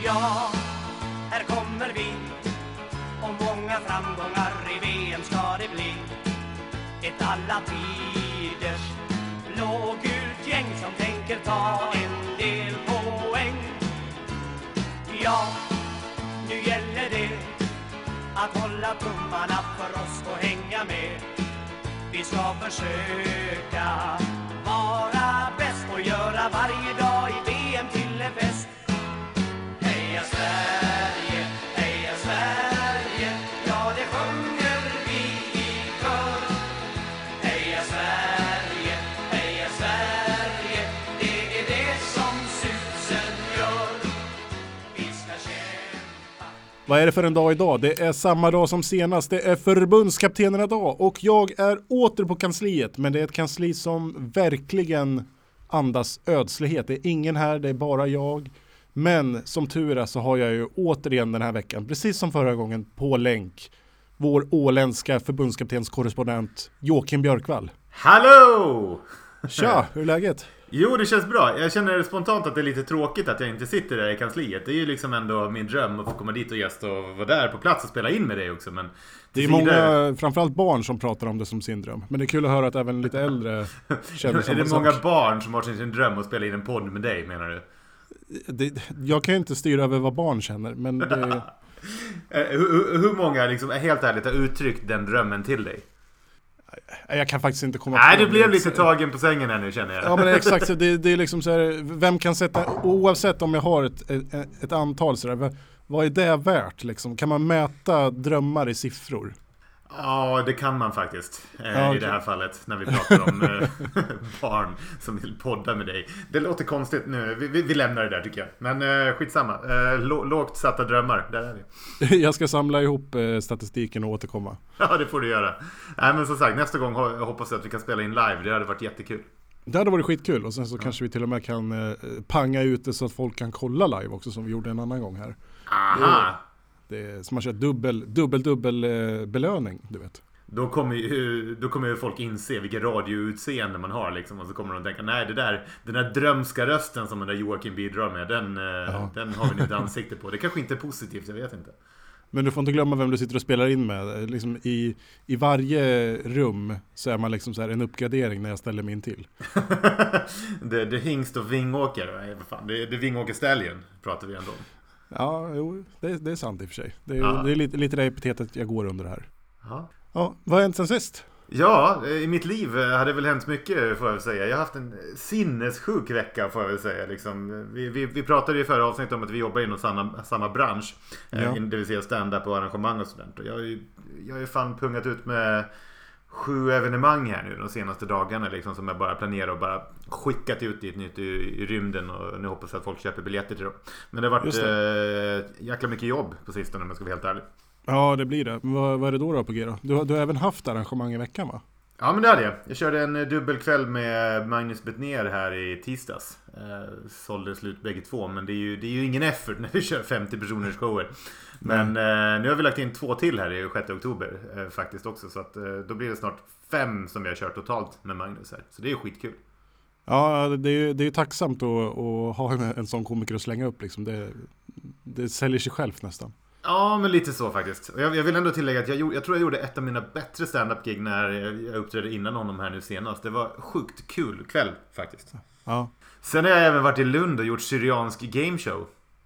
Ja, här kommer vi. Och många framgångar i VM ska det bli. Ett alla tiders blågult gäng som tänker ta en del poäng. Ja, nu gäller det att hålla tummarna för oss och hänga med. Vi ska försöka vara bäst och göra varje dag i VM till en fest. Heja Sverige, heja Sverige, ja det sjunger vi i kör. Heja Sverige, det är det som susen gör. Vi ska kämpa. Vad är det för en dag idag? Det är samma dag som senast. Det är förbundskaptenerna dag och jag är åter på kansliet. Men det är ett kansli som verkligen andas ödslighet. Det är ingen här, det är bara jag. Men som tur är så har jag ju återigen den här veckan, precis som förra gången, på länk vår åländska förbundskaptenskorrespondent Joakim Björkvall. Hallå! Tja, hur är läget? Jo, det känns bra. Jag känner spontant att det är lite tråkigt att jag inte sitter där i kansliet. Det är ju liksom ändå min dröm att få komma dit och gästa och vara där på plats och spela in med dig också. Men det är många, framförallt barn, som pratar om det som sin dröm. Men det är kul att höra att även lite äldre känner som är det sak. många barn som har sin dröm att spela in en podd med dig, menar du? Jag kan ju inte styra över vad barn känner, men det... Hur många liksom, helt ärligt har uttryckt den drömmen till dig? Jag kan faktiskt inte komma Nej, på du blev lite tagen på sängen här nu, känner jag. Ja, men exakt, så det är liksom så här, vem kan sätta, oavsett om jag har ett antal så där, vad är det värt liksom? Kan man mäta drömmar i siffror? Ja, det kan man faktiskt okay. I det här fallet när vi pratar om barn som vill podda med dig. Det låter konstigt nu, vi lämnar det där tycker jag. Men skitsamma, lågt satta drömmar, där är vi. Jag ska samla ihop statistiken och återkomma. Ja, det får du göra. Nej, men som sagt, nästa gång hoppas jag att vi kan spela in live, det hade varit jättekul. Det hade varit skitkul och sen så kanske vi till och med kan panga ut det så att folk kan kolla live också, som vi gjorde en annan gång här. Aha! Det är som man kör dubbel belöning, du vet. Då kommer ju folk inse vilken radioutseende man har liksom, och så kommer de tänka, nej den där drömska rösten som den där Joakim bidrar med, den har vi nu ett ansikte på. Det kanske inte är positivt, jag vet inte. Men du får inte glömma vem du sitter och spelar in med. Liksom i varje rum så är man liksom så här en uppgradering när jag ställer mig in till. det är Hingst och Vingåker, det är Vingåker Stallion pratar vi ändå om. Ja, jo, det är sant i och för sig. Det är lite det epitetet jag går under här. Ja, vad har hänt sen sist? Ja, i mitt liv hade väl hänt mycket, får jag väl säga. Jag har haft en sinnessjuk vecka, får jag väl säga. Liksom, vi pratade i förra avsnittet om att vi jobbar inom samma bransch. Det vill säga stand-up och arrangemang och sådant. Jag har ju fan pungat ut med 7 evenemang här nu de senaste dagarna liksom, som jag bara planerar och bara skickat ut dit nytt i rymden, och nu hoppas jag att folk köper biljetter till dem. Men det har varit jäkla mycket jobb på sistone, om jag ska vara helt ärlig. Ja, det blir det. Vad är det då på G då? Du har även haft arrangemang i veckan, va? Ja, men det hade jag. Jag körde en dubbelkväll med Magnus Bettner här i tisdags. Sålde slut bägge två, men det är ju ingen effort när vi kör 50 personers shower. Men nu har vi lagt in 2 till här i 6 oktober faktiskt också. Så att då blir det snart 5 som vi har kört totalt med Magnus här. Så det är ju skitkul. Ja, det är ju tacksamt att ha en sån komiker att slänga upp liksom. Det säljer sig självt nästan. Ja, men lite så faktiskt. Och jag vill ändå tillägga att jag tror jag gjorde ett av mina bättre stand-up-gig när jag uppträdde innan honom här nu senast. Det var sjukt kul kväll faktiskt. Ja. Sen har jag även varit i Lund och gjort syriansk gameshow.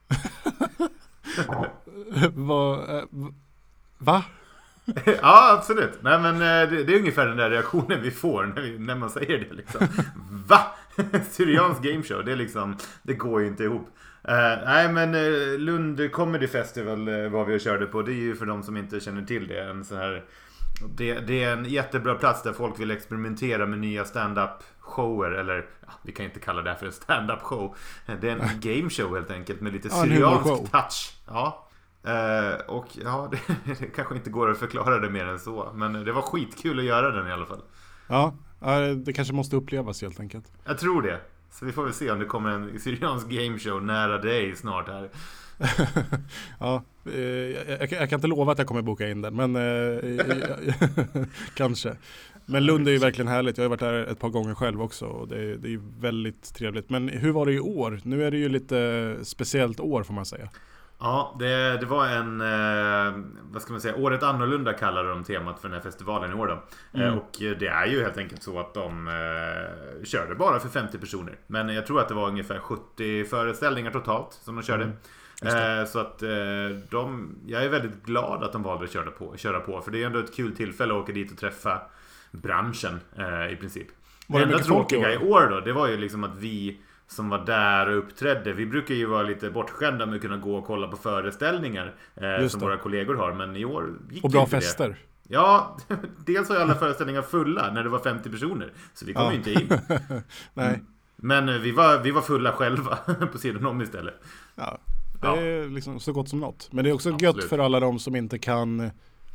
Va? Ja, absolut. Nej, men det är ungefär den där reaktionen vi får när man säger det liksom. Va? Syriansk gameshow, det är liksom, det går ju inte ihop. Nej, men Lund Comedy Festival var vi och körde på. Det är ju för de som inte känner till det en så här, det är en jättebra plats där folk vill experimentera med nya stand-up shower, eller vi kan inte kalla det här för en stand-up show. Det är en game show helt enkelt med lite syriansk touch. Ja. Och ja, det kanske inte går att förklara det mer än så, men det var skitkul att göra den i alla fall. Ja, det kanske måste upplevas helt enkelt. Jag tror det. Så vi får väl se om det kommer en syriansk gameshow nära dig snart här. Ja, jag kan inte lova att jag kommer boka in den, men kanske. Men Lund är ju verkligen härligt. Jag har varit där ett par gånger själv också, och det är väldigt trevligt. Men hur var det i år? Nu är det ju lite speciellt år, får man säga. Ja, det var en, vad ska man säga, året annorlunda kallade de temat för den här festivalen i år då. Och det är ju helt enkelt så att de körde bara för 50 personer. Men jag tror att det var ungefär 70 föreställningar totalt som de körde. Så att jag är väldigt glad att de valde att köra på. För det är ändå ett kul tillfälle att åka dit och träffa branschen i princip. Det enda tråkiga i år då, det var ju liksom att vi som var där och uppträdde, vi brukar ju vara lite bortskämda med att kunna gå och kolla på föreställningar som våra kollegor har, men i år gick och bra inte fester. Det. Ja, dels var ju alla föreställningar fulla när det var 50 personer, så vi kom ju inte in. Nej. Men vi var fulla själva på sidan om istället. Ja, det är liksom så gott som något. Men det är också gött för alla de som inte kan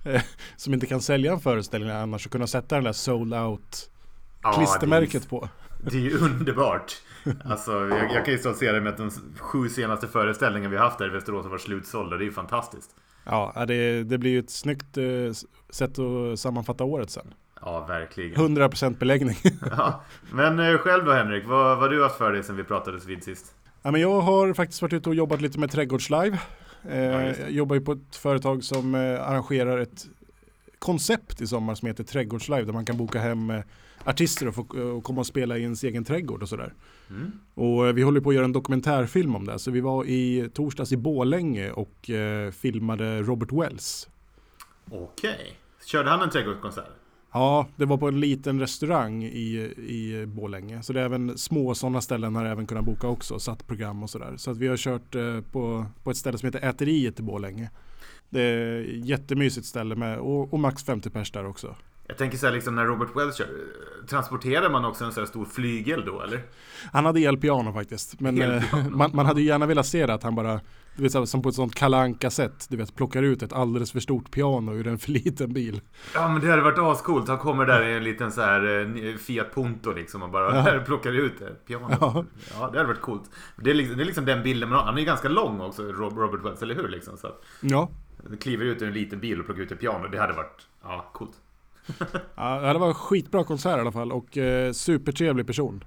sälja en föreställning annars, att kunna sätta den där sold out klistermärket på. Det är ju underbart. Alltså, jag kan ju stoltsera med att de 7 senaste föreställningar vi har haft där i Västerås har varit slutsålda. Det är ju fantastiskt. Ja, det blir ju ett snyggt sätt att sammanfatta året sen. Ja, verkligen. 100% beläggning. Ja. Men själv då, Henrik, vad har du haft för dig sen vi pratades vid sist? Ja, men jag har faktiskt varit ute och jobbat lite med Trädgårdslive. Jag jobbar ju på ett företag som arrangerar ett koncept i sommar som heter Trädgårdslive, där man kan boka hem artister och få komma och spela i ens egen trädgård och sådär. Och vi håller på att göra en dokumentärfilm om det. Så vi var i torsdags i Borlänge och filmade Robert Wells. Okej. Körde han en trädgårdskonsert? Ja, det var på en liten restaurang i Borlänge. Så det är även små sådana ställen har även kunnat boka också, satt program och sådär. Så att vi har kört på ett ställe som heter Äteriet i Borlänge. Det är ett jättemysigt ställe med och max 50 pers där också. Jag tänker så här, liksom när Robert Wells kör, transporterar man också en så här stor flygel då, eller? Han hade elpiano faktiskt. Men man hade ju gärna velat se det, att han bara, du vet, som på ett sånt Kalle Anka-sätt, du vet, plockar ut ett alldeles för stort piano ur en för liten bil. Ja, men det hade varit ascoolt. Han kommer där i en liten så här Fiat Punto liksom och bara plockar ut ett piano. Ja, det hade varit coolt. Det är liksom den bilden man har. Han är ju ganska lång också, Robert Wells, eller hur? Liksom, så att det kliver ut ur en liten bil och plockar ut ett piano. Det hade varit, coolt. Ja, det var en skitbra konsert i alla fall och supertrevlig person.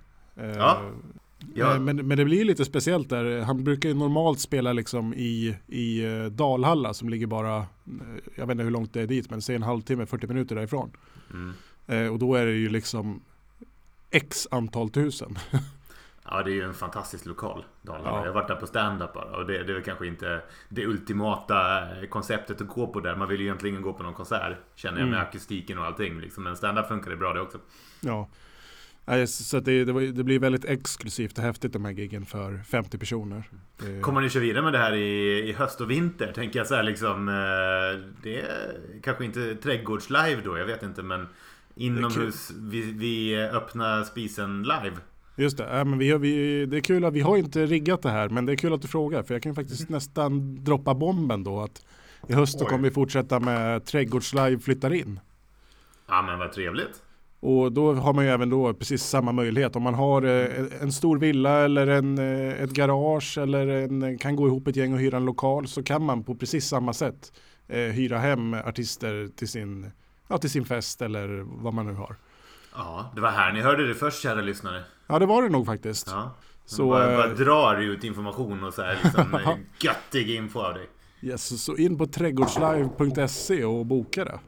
Men det blir lite speciellt där. Han brukar ju normalt spela liksom i Dalhalla som ligger bara, jag vet inte hur långt det är dit, men säg en halvtimme, 40 minuter därifrån. Och då är det ju liksom x antal tusen. Ja, det är ju en fantastisk lokal, Dalarna. Jag har varit där på stand-up bara, och det är väl kanske inte det ultimata konceptet att gå på där. Man vill ju egentligen gå på någon konsert, känner jag, med akustiken och allting liksom. Men stand-up funkar det bra det också. Ja, så att det blir väldigt exklusivt och häftigt, de här giggen för 50 personer. Kommer ni köra vidare med det här i höst och vinter? Tänker jag så här liksom, det är kanske inte trädgårdslive då, jag vet inte, men inomhus vi öppnar spisen live. Just det, men det är kul att vi har inte riggat det här, men det är kul att du frågar, för jag kan faktiskt nästan droppa bomben då att i höst då kommer vi fortsätta med Trädgårdslive flyttar in. Ja, men vad trevligt. Och då har man ju även då precis samma möjlighet. Om man har en stor villa eller ett garage eller kan gå ihop ett gäng och hyra en lokal, så kan man på precis samma sätt hyra hem artister till sin fest eller vad man nu har. Ja, det var här ni hörde det först, kära lyssnare. Ja, det var det nog faktiskt. Ja. Så bara drar ut information och så här liksom göttig info av dig. Yes, så in på trädgårdslive.se och boka det.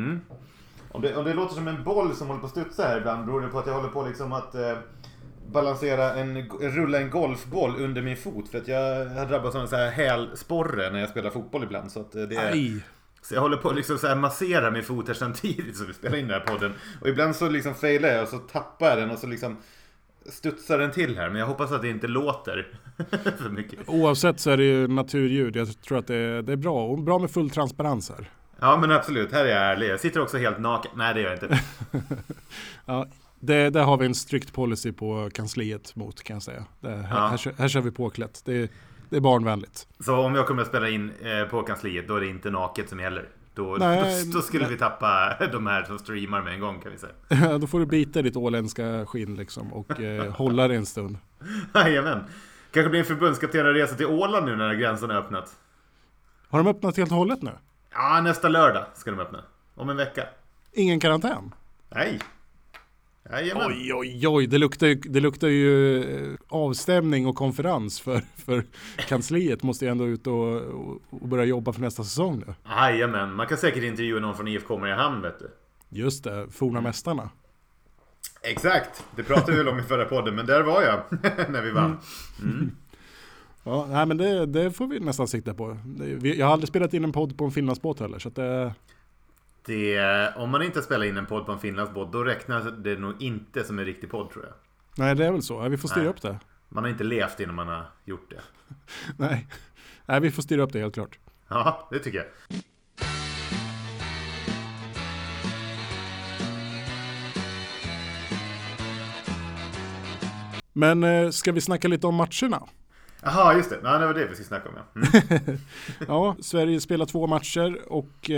Om det låter som en boll som håller på att studsa här ibland, beror det på att jag håller på liksom att balansera rulla en golfboll under min fot, för att jag har drabbats av en så här hälsporre när jag spelar fotboll ibland, så att så jag håller på att liksom så här massera min fot här samtidigt som vi spelar in den här podden, och ibland så liksom failar jag och så tappar jag den och så liksom studsar den till här, men jag hoppas att det inte låter för mycket. Oavsett så är det ju naturljud. Jag tror att det är bra, och bra med full transparens här. Ja, men absolut, här är jag ärlig. Jag sitter också helt naken. Nej, det gör jag inte. Ja, där har vi en strikt policy på kansliet mot, kan jag säga. Här kör vi påklätt. Det är barnvänligt. Så om jag kommer att spela in på kansliet, då är det inte naket som gäller? Då skulle vi tappa de här som streamar med en gång, kan vi säga. Då får du bita ditt åländska skinn liksom och hålla det en stund. Jajamän. Kanske blir en förbundskaptenarresa till Åland nu när gränsen har öppnat. Har de öppnat helt och hållet nu? Ja, nästa lördag ska de öppna. Om en vecka. Ingen karantän? Nej. Jajamän. Oj, det luktar ju avstämning och konferens för kansliet måste ju ändå ut och börja jobba för nästa säsong nu. Jajamän, man kan säkert intervjua någon från IFK Mariehamn, vet du. Just det, forna mästarna. Exakt, det pratade vi väl om i förra podden, men där var jag när vi vann. Ja, nej, men det får vi nästan sikta på. Jag har aldrig spelat in en podd på en Finlandsbåt heller, så att om man inte spelar in en podd på en Finlandsbåt, då räknas det nog inte som en riktig podd, tror jag. Nej, det är väl så. Vi får styra upp det. Man har inte levt innan man har gjort det. Nej, vi får styra upp det helt klart. Ja, det tycker jag. Men ska vi snacka lite om matcherna? Jaha, just det. Nej, det var det vi ska snacka om, ja. Ja, Sverige spelar 2 matcher och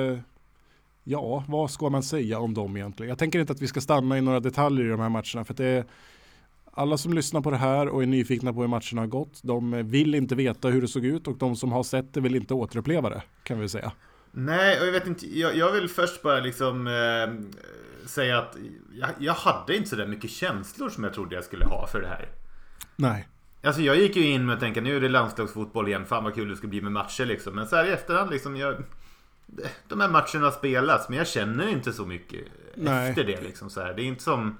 ja, vad ska man säga om dem egentligen? Jag tänker inte att vi ska stanna i några detaljer i de här matcherna, för att det är alla som lyssnar på det här och är nyfikna på hur matcherna har gått, de vill inte veta hur det såg ut, och de som har sett det vill inte återuppleva det, kan vi säga. Nej, och jag vet inte, jag vill först bara liksom säga att jag hade inte så där mycket känslor som jag trodde jag skulle ha för det här. Nej. Alltså jag gick ju in med att tänka, nu är det landslagsfotboll igen, fan vad kul det ska bli med matcher liksom. Men så här i efterhand liksom, de här matcherna spelas, men jag känner inte så mycket efter det liksom så här. Det är inte som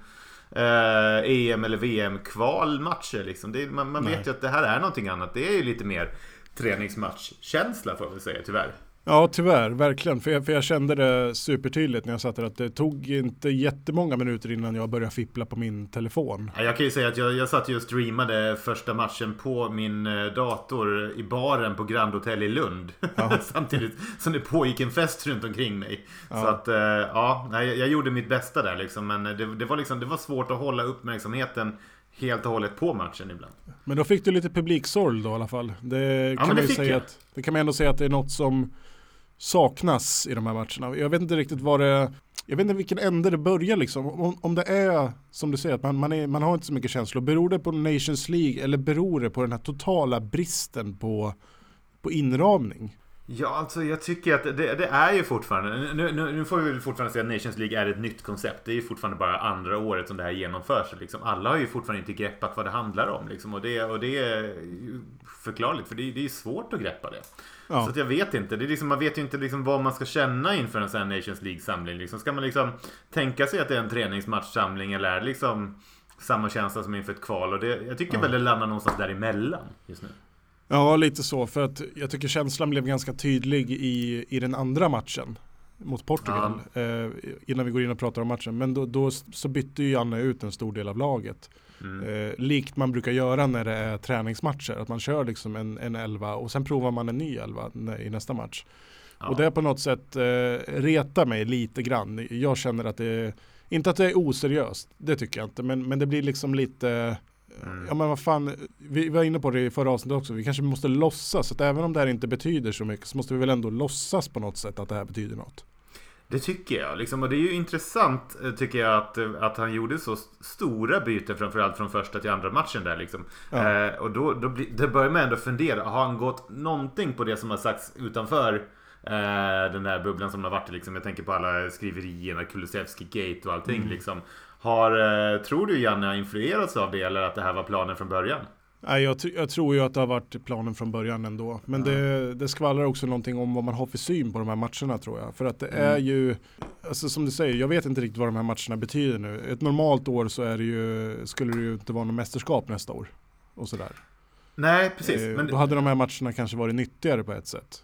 EM eller VM-kvalmatcher liksom. Man vet ju att det här är någonting annat. Det är ju lite mer träningsmatchkänsla, får jag väl säga, tyvärr. Ja, tyvärr, verkligen. För jag kände det supertydligt när jag satt där, att det tog inte jättemånga minuter innan jag började fippla på min telefon. Jag kan ju säga att jag satt ju och streamade första matchen på min dator i baren på Grand Hotel i Lund. Ja. Samtidigt som det pågick en fest runt omkring mig. Ja. Så att, jag gjorde mitt bästa där liksom. Men det var svårt att hålla uppmärksamheten helt och hållet på matchen ibland. Men då fick du lite publiksorg då i alla fall. Det kan man ändå säga att det är något som saknas i de här matcherna. Jag vet inte riktigt jag vet inte vilken ände det börjar liksom. Om det är som du säger att man har inte så mycket känslor. Beror det på Nations League eller beror det på den här totala bristen på inramning? Ja, alltså jag tycker att det är ju fortfarande, nu får vi fortfarande säga att Nations League är ett nytt koncept. Det är ju fortfarande bara andra året som det här genomförs liksom. Alla har ju fortfarande inte greppat vad det handlar om liksom. Och det är förklarligt, för det är svårt att greppa det. Ja. Så att jag vet inte, det är liksom, man vet ju inte liksom vad man ska känna inför en sån här Nations League-samling liksom. Ska man liksom tänka sig att det är en träningsmatchsamling, eller är det liksom samma känsla som inför ett kval? Och jag tycker väl det landar någonstans däremellan just nu. Ja, lite så, för att jag tycker känslan blev ganska tydlig i den andra matchen mot Portugal, innan vi går in och pratar om matchen. Men då så bytte ju Janne ut en stor del av laget. Likt man brukar göra när det är träningsmatcher, att man kör liksom en 11 och sen provar man en ny 11 i nästa match. Och det på något sätt retar mig lite grann. Jag känner att inte att det är oseriöst, det tycker jag inte, men det blir liksom lite... Ja, men vad fan, vi var inne på det i förra avsnittet också. Vi kanske måste låtsas att även om det här inte betyder så mycket, så måste vi väl ändå låtsas på något sätt att det här betyder något. Det tycker jag liksom, och det är ju intressant tycker jag att han gjorde så stora byten, framförallt från första till andra matchen där liksom. Och då börjar man ändå fundera, har han gått någonting på det som har sagts utanför den där bubblan som har varit liksom? Jag tänker på alla skriverierna, Kulusevski Gate och allting liksom. Tror du Janne har influerats av det, eller att det här var planen från början? Nej, jag tror ju att det har varit planen från början ändå. Men det skvallrar också någonting om vad man har för syn på de här matcherna, tror jag. För att det är ju, alltså som du säger, jag vet inte riktigt vad de här matcherna betyder nu. Ett normalt år så är det ju, skulle det ju inte vara något mästerskap nästa år. Och sådär. Nej, precis. Men då hade de här matcherna kanske varit nyttigare på ett sätt.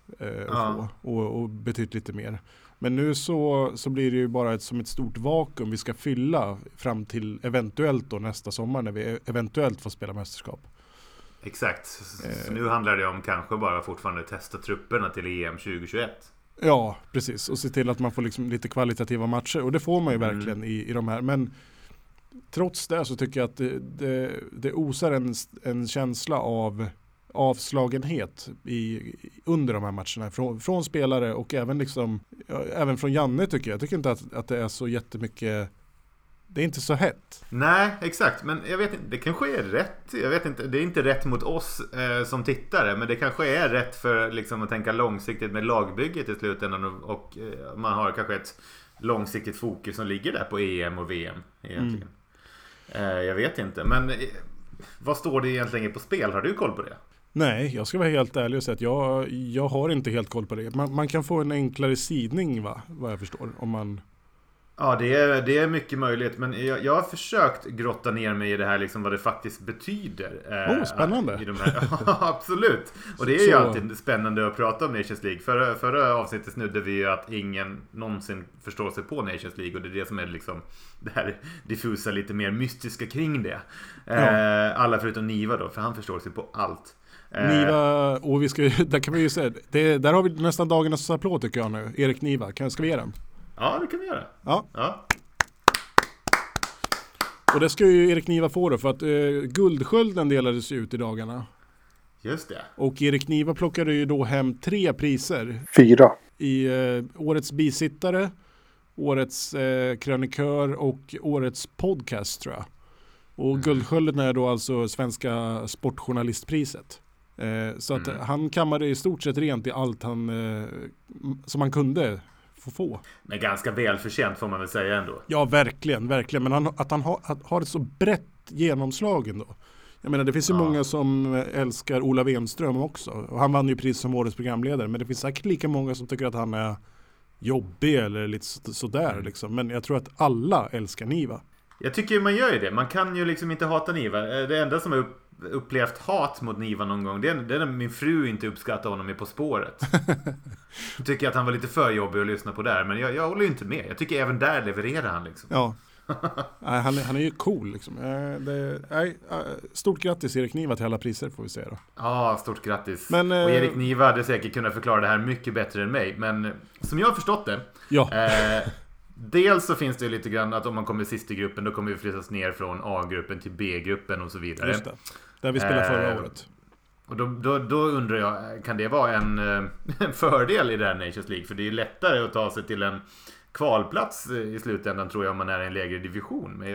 Och betytt lite mer. Men nu så blir det ju bara som ett stort vakuum vi ska fylla fram till eventuellt då nästa sommar, när vi eventuellt får spela mästerskap. Exakt. Så nu handlar det om kanske bara fortfarande testa trupperna till EM 2021. Ja, precis. Och se till att man får liksom lite kvalitativa matcher. Och det får man ju verkligen i de här. Men trots det så tycker jag att det osar en känsla av avslagenhet under de här matcherna från spelare och även liksom även från Janne, tycker jag. Jag tycker inte att det är så jättemycket, det är inte så hett. Nej, exakt, men jag vet inte, det kanske är rätt. Jag vet inte, det är inte rätt mot oss som tittare, men det kanske är rätt för liksom att tänka långsiktigt med lagbygget i slutändan, och man har kanske ett långsiktigt fokus som ligger där på EM och VM egentligen. Jag vet inte, men vad står det egentligen på spel? Har du koll på det? Nej, jag ska vara helt ärlig och säga att jag har inte helt koll på det. Man kan få en enklare sidning, vad jag förstår, om man... Ja, det är mycket möjligt, men jag har försökt grotta ner mig i det här liksom, vad det faktiskt betyder. Spännande. I de här. Absolut. Och det är ju alltid spännande att prata om Nations League. Förra avsnittet snudde vi ju att ingen någonsin förstår sig på Nations League, och det är det som är liksom det här diffusa, lite mer mystiska kring det. Alla förutom Niva då, för han förstår sig på allt. Niva, och där kan vi ju säga, där har vi nästan dagarnas applåd tycker jag nu. Erik Niva, ska vi ge den? Ja, det kan vi göra. Ja. Och det ska ju Erik Niva få då, för att Guldskölden delades ut i dagarna. Just det. Och Erik Niva plockade ju då hem 3 priser. 4. I årets bisittare, årets krönikör och årets podcast tror jag. Och Guldskölden är då alltså Svenska sportjournalistpriset. Så att han kammade i stort sett rent i allt som han kunde få. Men ganska välförtjänt får man väl säga ändå. Ja, verkligen. Men att han har ett så brett genomslag ändå. Jag menar, det finns ju många som älskar Ola Wenström också. Och han vann ju pris som årets programledare. Men det finns säkert lika många som tycker att han är jobbig eller lite sådär liksom. Men jag tror att alla älskar Niva. Jag tycker man gör ju det. Man kan ju liksom inte hata Niva. Det enda som har upplevt hat mot Niva någon gång, det är när min fru inte uppskattar honom i På spåret. Jag tycker att han var lite för jobbig att lyssna på där. Men jag håller ju inte med. Jag tycker även där levererar han liksom. Ja. Han är ju cool liksom. Stort grattis Erik Niva till alla priser får vi säga då. Ja, stort grattis. Och Erik Niva hade säkert kunnat förklara det här mycket bättre än mig. Men som jag har förstått det, dels så finns det ju lite grann att om man kommer sist i gruppen, då kommer vi flyttas ner från A-gruppen till B-gruppen och så vidare. Just det. Där vi spelade förra året. Och då undrar jag, kan det vara en fördel i det här Nations League? För det är ju lättare att ta sig till en kvalplats i slutändan tror jag om man är i en lägre division. Men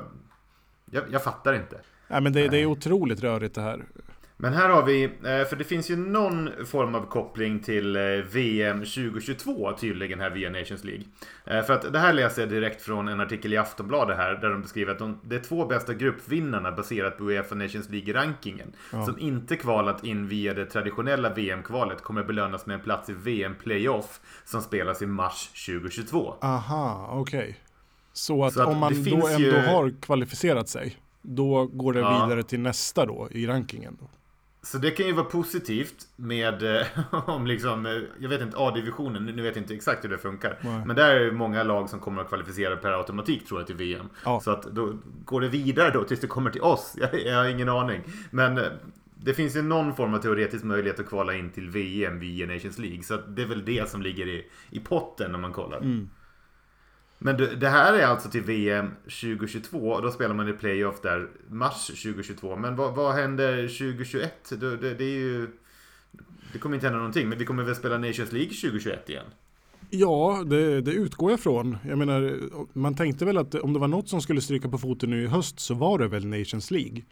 jag fattar inte. Nej, men det är otroligt rörigt det här. Men här har vi, för det finns ju någon form av koppling till VM 2022 tydligen här via Nations League. För att det här läser jag direkt från en artikel i Aftonbladet här, där de beskriver att det är 2 bästa gruppvinnarna baserat på UEFA Nations League-rankingen som inte kvalat in via det traditionella VM-kvalet kommer belönas med en plats i VM-playoff som spelas i mars 2022. Aha, okej. Så att om man då ändå har kvalificerat sig, då går det vidare till nästa då i rankingen då. Så det kan ju vara positivt med om liksom, jag vet inte, A-divisionen, nu vet jag inte exakt hur det funkar. Nej. Men där är många lag som kommer att kvalificera per automatik tror jag till VM. Ja. Så att då går det vidare då tills det kommer till oss. Jag har ingen aning. Men det finns ju någon form av teoretisk möjlighet att kvala in till VM via Nations League. Så att det är väl det som ligger i potten när man kollar. Mm. Men det här är alltså till VM 2022 och då spelar man i playoff där mars 2022. Men vad händer 2021? Det är ju, det kommer inte hända någonting, men vi kommer väl spela Nations League 2021 igen? Ja, det utgår jag från. Jag menar, man tänkte väl att om det var något som skulle stryka på foten nu i höst så var det väl Nations League.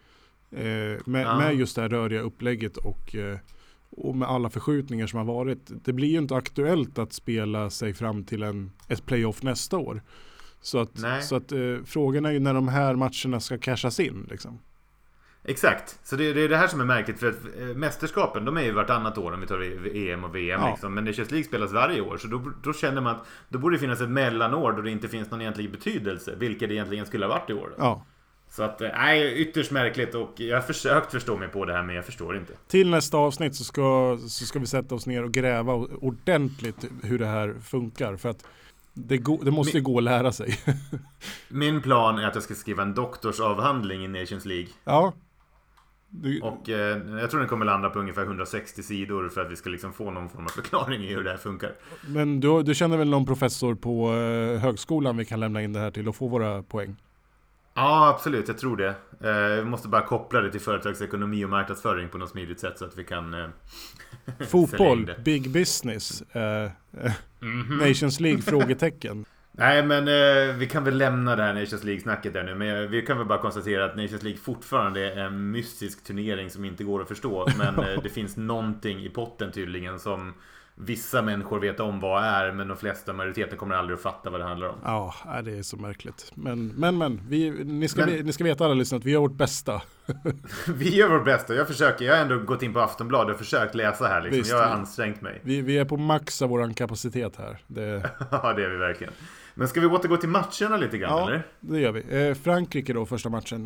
Med just det här röriga upplägget och med alla förskjutningar som har varit. Det blir ju inte aktuellt att spela sig fram till ett playoff nästa år. Så att frågan är ju när de här matcherna ska cashas in liksom. Exakt, så det är det här som är märkligt, för att mästerskapen, de är ju vartannat år om vi tar EM och VM liksom. Men Nations League spelas varje år, så då känner man att då borde det finnas ett mellanår då det inte finns någon egentlig betydelse, vilket det egentligen skulle ha varit i år då. Ja. Så att, ytterst märkligt, och jag har försökt förstå mig på det här, men jag förstår inte. Till nästa avsnitt så ska vi sätta oss ner och gräva ordentligt hur det här funkar, för att det måste ju gå att lära sig. Min plan är att jag ska skriva en doktorsavhandling i Nations League. Ja. Och jag tror den kommer landa på ungefär 160 sidor för att vi ska liksom få någon form av förklaring i hur det här funkar. Men du känner väl någon professor på högskolan vi kan lämna in det här till och få våra poäng? Ja, absolut, jag tror det. Vi måste bara koppla det till företagsekonomi och marknadsföring på något smidigt sätt så att vi kan fotboll, big business, Nations League, frågetecken. Nej, men vi kan väl lämna det här Nations League-snacket där nu. Men vi kan väl bara konstatera att Nations League fortfarande är en mystisk turnering som inte går att förstå. Men det finns någonting i potten tydligen som vissa människor vet om vad är, men de flesta, majoriteten kommer aldrig att fatta vad det handlar om. Ja, det är så märkligt. Men ni ska veta alla lyssnare att vi gör vårt bästa. Vi gör vårt bästa. Jag har ändå gått in på Aftonbladet och försökt läsa här liksom. Visst, jag har ansträngt mig. Vi är på max av vår kapacitet här. Ja, det är vi verkligen. Men ska vi återgå till matcherna lite grann, eller? Ja, det gör vi. Frankrike då, första matchen.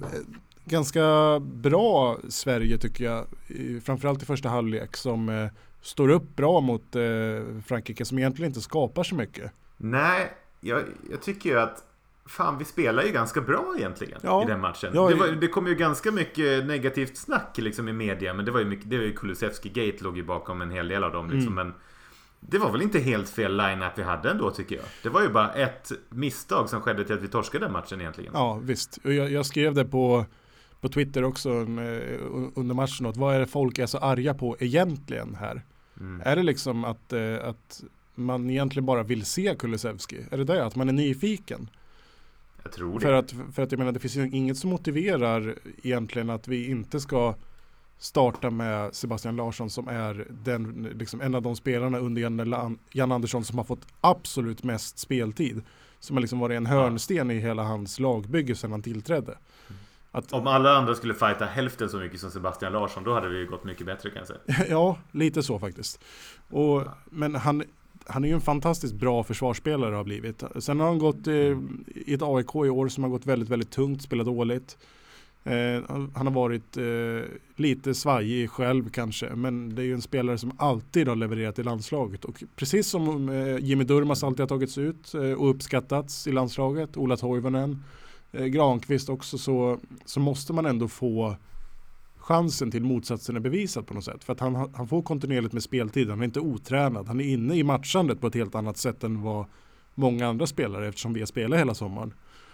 Ganska bra Sverige tycker jag. Framförallt i första halvlek som står upp bra mot Frankrike som egentligen inte skapar så mycket. Nej, jag tycker ju att fan, vi spelar ju ganska bra egentligen i den matchen. Ja, det kom ju ganska mycket negativt snack liksom i media, men det var ju Kulusevski-gate låg ju bakom en hel del av dem liksom, men det var väl inte helt fel line-up vi hade ändå, tycker jag. Det var ju bara ett misstag som skedde till att vi torskade den matchen egentligen. Ja, visst. Och jag skrev det på Twitter också under matchen att vad är det folk är så arga på egentligen här? Är det liksom att man egentligen bara vill se Kulusevski? Är det att man är nyfiken? Jag tror det. För att jag menar, det finns ju inget som motiverar egentligen att vi inte ska starta med Sebastian Larsson som är liksom en av de spelarna under Jan Andersson som har fått absolut mest speltid. Som har liksom varit en hörnsten i hela hans lagbygge sedan han tillträdde. Om alla andra skulle fighta hälften så mycket som Sebastian Larsson, då hade det ju gått mycket bättre, kan jag säga. Ja, lite så faktiskt. Men han är ju en fantastiskt bra försvarsspelare har blivit. Sen har han gått i ett AIK i år som har gått väldigt, väldigt tungt, spelat dåligt. Han har varit lite svajig själv kanske, men det är ju en spelare som alltid har levererat i landslaget. Och precis som Jimmy Durmaz alltid har tagits ut och uppskattats i landslaget, Ola Toivonen, Granqvist också, så måste man ändå få chansen till motsatsen är bevisat på något sätt. För att han får kontinuerligt med speltid. Han är inte otränad. Han är inne i matchandet på ett helt annat sätt än vad många andra spelare, eftersom vi har spelat hela sommaren.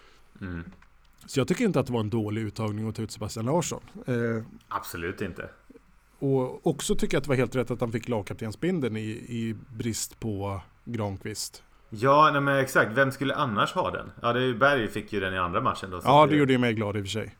Så jag tycker inte att det var en dålig uttagning att ta ut Sebastian Larsson. Absolut inte. Och också tycker jag att det var helt rätt att han fick lagkaptensbindeln i brist på Granqvist. Ja, nej, men exakt. Vem skulle annars ha den? Ja, Berg fick ju den i andra matchen då. Ja, det gjorde ju mig glad i och för sig.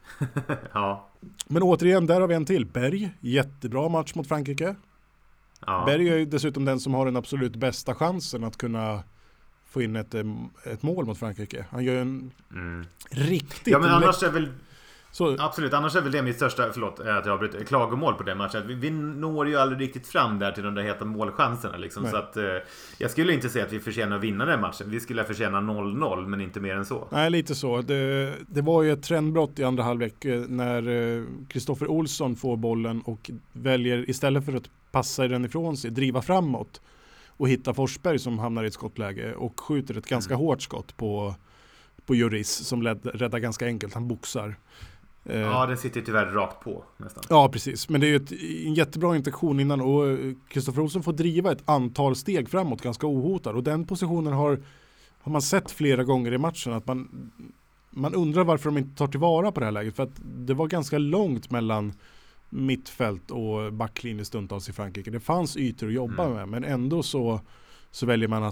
Ja. Men återigen, där har vi en till. Berg, jättebra match mot Frankrike. Ja. Berg är ju dessutom den som har den absolut bästa chansen att kunna få in ett mål mot Frankrike. Han gör en riktigt... Ja, men annars är väl... Absolut, annars är väl det mitt största, att jag avbryter, klagomål på den matchen. Vi når ju aldrig riktigt fram där till de där heta målchanserna liksom. Så att jag skulle inte säga att vi förtjänar att vinna den matchen. Vi skulle förtjäna 0-0, men inte mer än så. Nej, lite så. Det var ju ett trendbrott i andra halvlek när Kristoffer Olsson får bollen och väljer istället för att passa den ifrån sig, driva framåt och hitta Forsberg som hamnar i ett skottläge och skjuter ett ganska hårt skott på Juris som räddar ganska enkelt. Han boxar. Ja, den sitter tyvärr rakt på nästan. Ja, precis. Men det är ju en jättebra intention innan och Kristoffer Olsson får driva ett antal steg framåt ganska ohotad. Och den positionen har man sett flera gånger i matchen att man undrar varför de inte tar tillvara på det här läget. För att det var ganska långt mellan mittfält och backlinje stundtals i Frankrike. Det fanns ytor att jobba med, men ändå så väljer man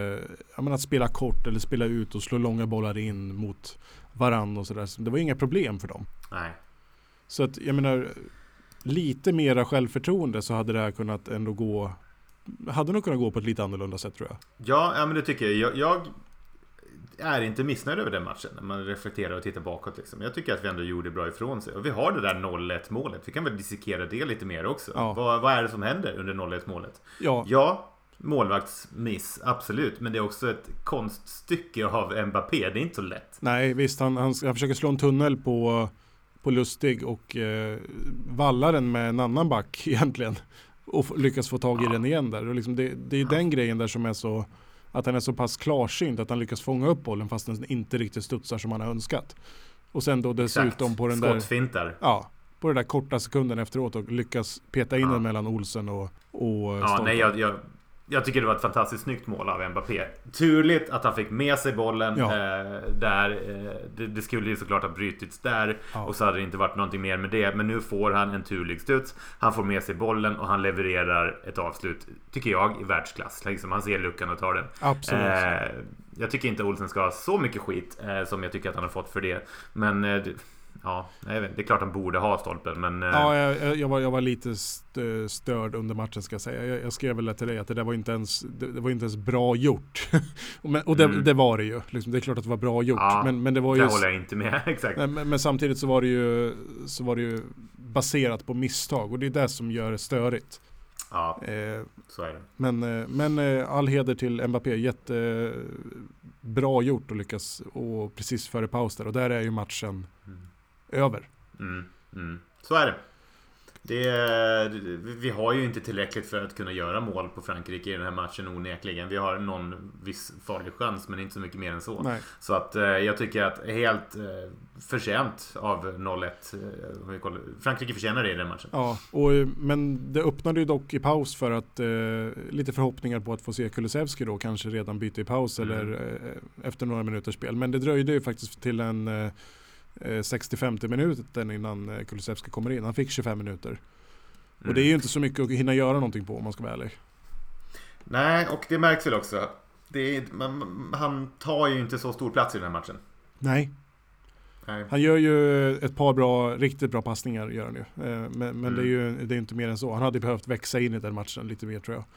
att spela kort eller spela ut och slå långa bollar in mot varann och sådär. Det var inga problem för dem. Nej. Så att jag menar, lite mera självförtroende så hade det här kunnat ändå gå, hade nog kunnat gå på ett lite annorlunda sätt, tror jag. Ja, men det tycker jag. Jag är inte missnöjd över den matchen när man reflekterar och tittar bakåt liksom. Jag tycker att vi ändå gjorde bra ifrån sig. Och vi har det där 0-1 målet. Vi kan väl dissekera det lite mer också. Ja. Vad är det som händer under 0-1 målet? Ja, målvaktsmiss, absolut. Men det är också ett konststycke av Mbappé. Det är inte så lätt. Nej, visst. Han försöker slå en tunnel på Lustig och vallar den med en annan back egentligen. Och lyckas få tag i den igen där. Och liksom det är den grejen där som är så... Att han är så pass klarsynt att han lyckas fånga upp bollen fast den inte riktigt studsar som han har önskat. Och sen då dessutom på den skottfintar. Ja, på den där korta sekunden efteråt och lyckas peta in den mellan Olsen och ja, nej, jag tycker det var ett fantastiskt snyggt mål av Mbappé. Turligt att han fick med sig bollen där. Det skulle ju såklart ha brytits där. Och så hade det inte varit någonting mer med det. Men nu får han en turlig studs. Han får med sig bollen och han levererar ett avslut, tycker jag, i världsklass. Liksom, han ser luckan och tar den. Absolut. Jag tycker inte Olsen ska ha så mycket skit som jag tycker att han har fått för det. Men Ja, jag vet, det är klart han borde ha stolpen, men... Ja, jag var lite störd under matchen, ska jag säga. Jag skrev väl till dig att det där var inte ens, det var inte ens bra gjort. Det var det ju. Liksom, det är klart att det var bra gjort. Ja, men det var ju... Det håller jag inte med, exakt. Men samtidigt så var det ju baserat på misstag. Och det är det som gör det störigt. Ja, så är det. Men all heder till Mbappé. Jättebra gjort och lyckas. Och precis före paus där. Och där är ju matchen över. Så är det. Vi har ju inte tillräckligt för att kunna göra mål på Frankrike i den här matchen onekligen. Vi har någon viss farlig chans, men inte så mycket mer än så. Nej. Så att jag tycker att helt förtjänt av 0-1. Frankrike förtjänar det i den matchen. Ja, men det öppnade ju dock i paus för att lite förhoppningar på att få se Kulusevski då kanske redan byta i paus eller efter några minuters spel. Men det dröjde ju faktiskt till en 65 minuten innan Kulusevski kommer in. Han fick 25 minuter. Och det är ju inte så mycket att hinna göra någonting på, om man ska vara ärlig. Nej, och det märks väl också. Han tar ju inte så stor plats i den här matchen. Nej. Han gör ju ett par riktigt bra passningar gör han ju. Men det är inte mer än så. Han hade behövt växa in i den matchen lite mer, tror jag.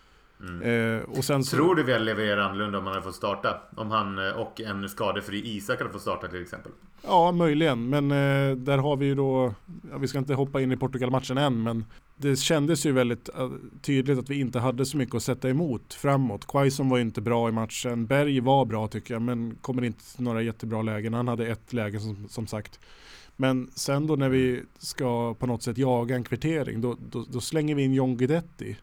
Och sen så... Tror du väl levererar annorlunda om han hade fått starta? Om han och en skadefri Isak hade fått starta till exempel? Ja, möjligen. Men där har vi ju då... Ja, vi ska inte hoppa in i Portugal-matchen än, men det kändes ju väldigt tydligt att vi inte hade så mycket att sätta emot framåt. Quaison var ju inte bra i matchen. Berg var bra, tycker jag, men kommer inte till några jättebra lägen. Han hade ett läge som sagt. Men sen då när vi ska på något sätt jaga en kvittering, då slänger vi in John Guidetti.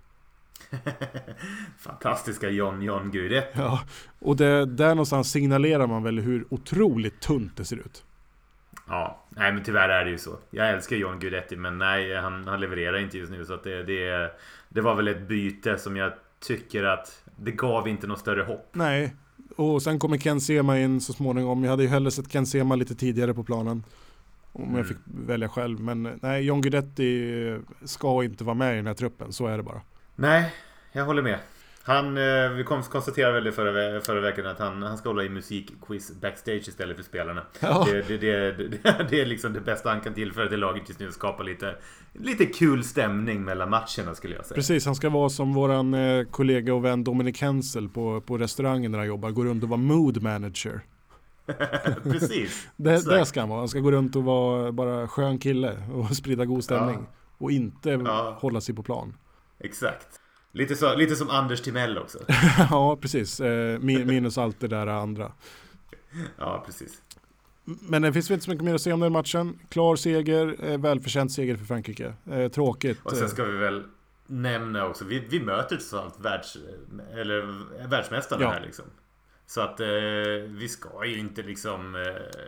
Fantastiska John Guidetti. Ja, och där någonstans signalerar man väl hur otroligt tunt det ser ut. Ja, nej men tyvärr är det ju så. Jag älskar John Guidetti, men nej, han levererar inte just nu. Så att det var väl ett byte som jag tycker att det gav inte något större hopp. Nej, och sen kommer Ken Sema in så småningom. Jag hade ju hellre sett Ken Sema lite tidigare på planen, om jag fick välja själv. Men nej, John Guidetti ska inte vara med i den här truppen, så är det bara. Nej, jag håller med. Vi konstaterade väl det förra veckan att han ska hålla i musikquiz backstage istället för spelarna. Ja. Det är liksom det bästa han kan tillföra till laget just nu, att skapa lite kul stämning mellan matcherna, skulle jag säga. Precis, han ska vara som våran kollega och vän Dominic Hensel på restaurangen där han jobbar. Går runt och vara mood manager. Precis. Det ska han vara. Han ska gå runt och vara bara skön kille och sprida god stämning. Ja. Och inte hålla sig på plan. Exakt. Lite som Anders Timell också. Ja, precis. Minus allt det där andra. Ja, precis. Men det finns väl inte så mycket mer att säga om den matchen. Klar seger, välförtjänt seger för Frankrike. Tråkigt. Och sen ska vi väl nämna också, vi möter så allt världsmästarna här liksom. Så att vi ska ju inte liksom...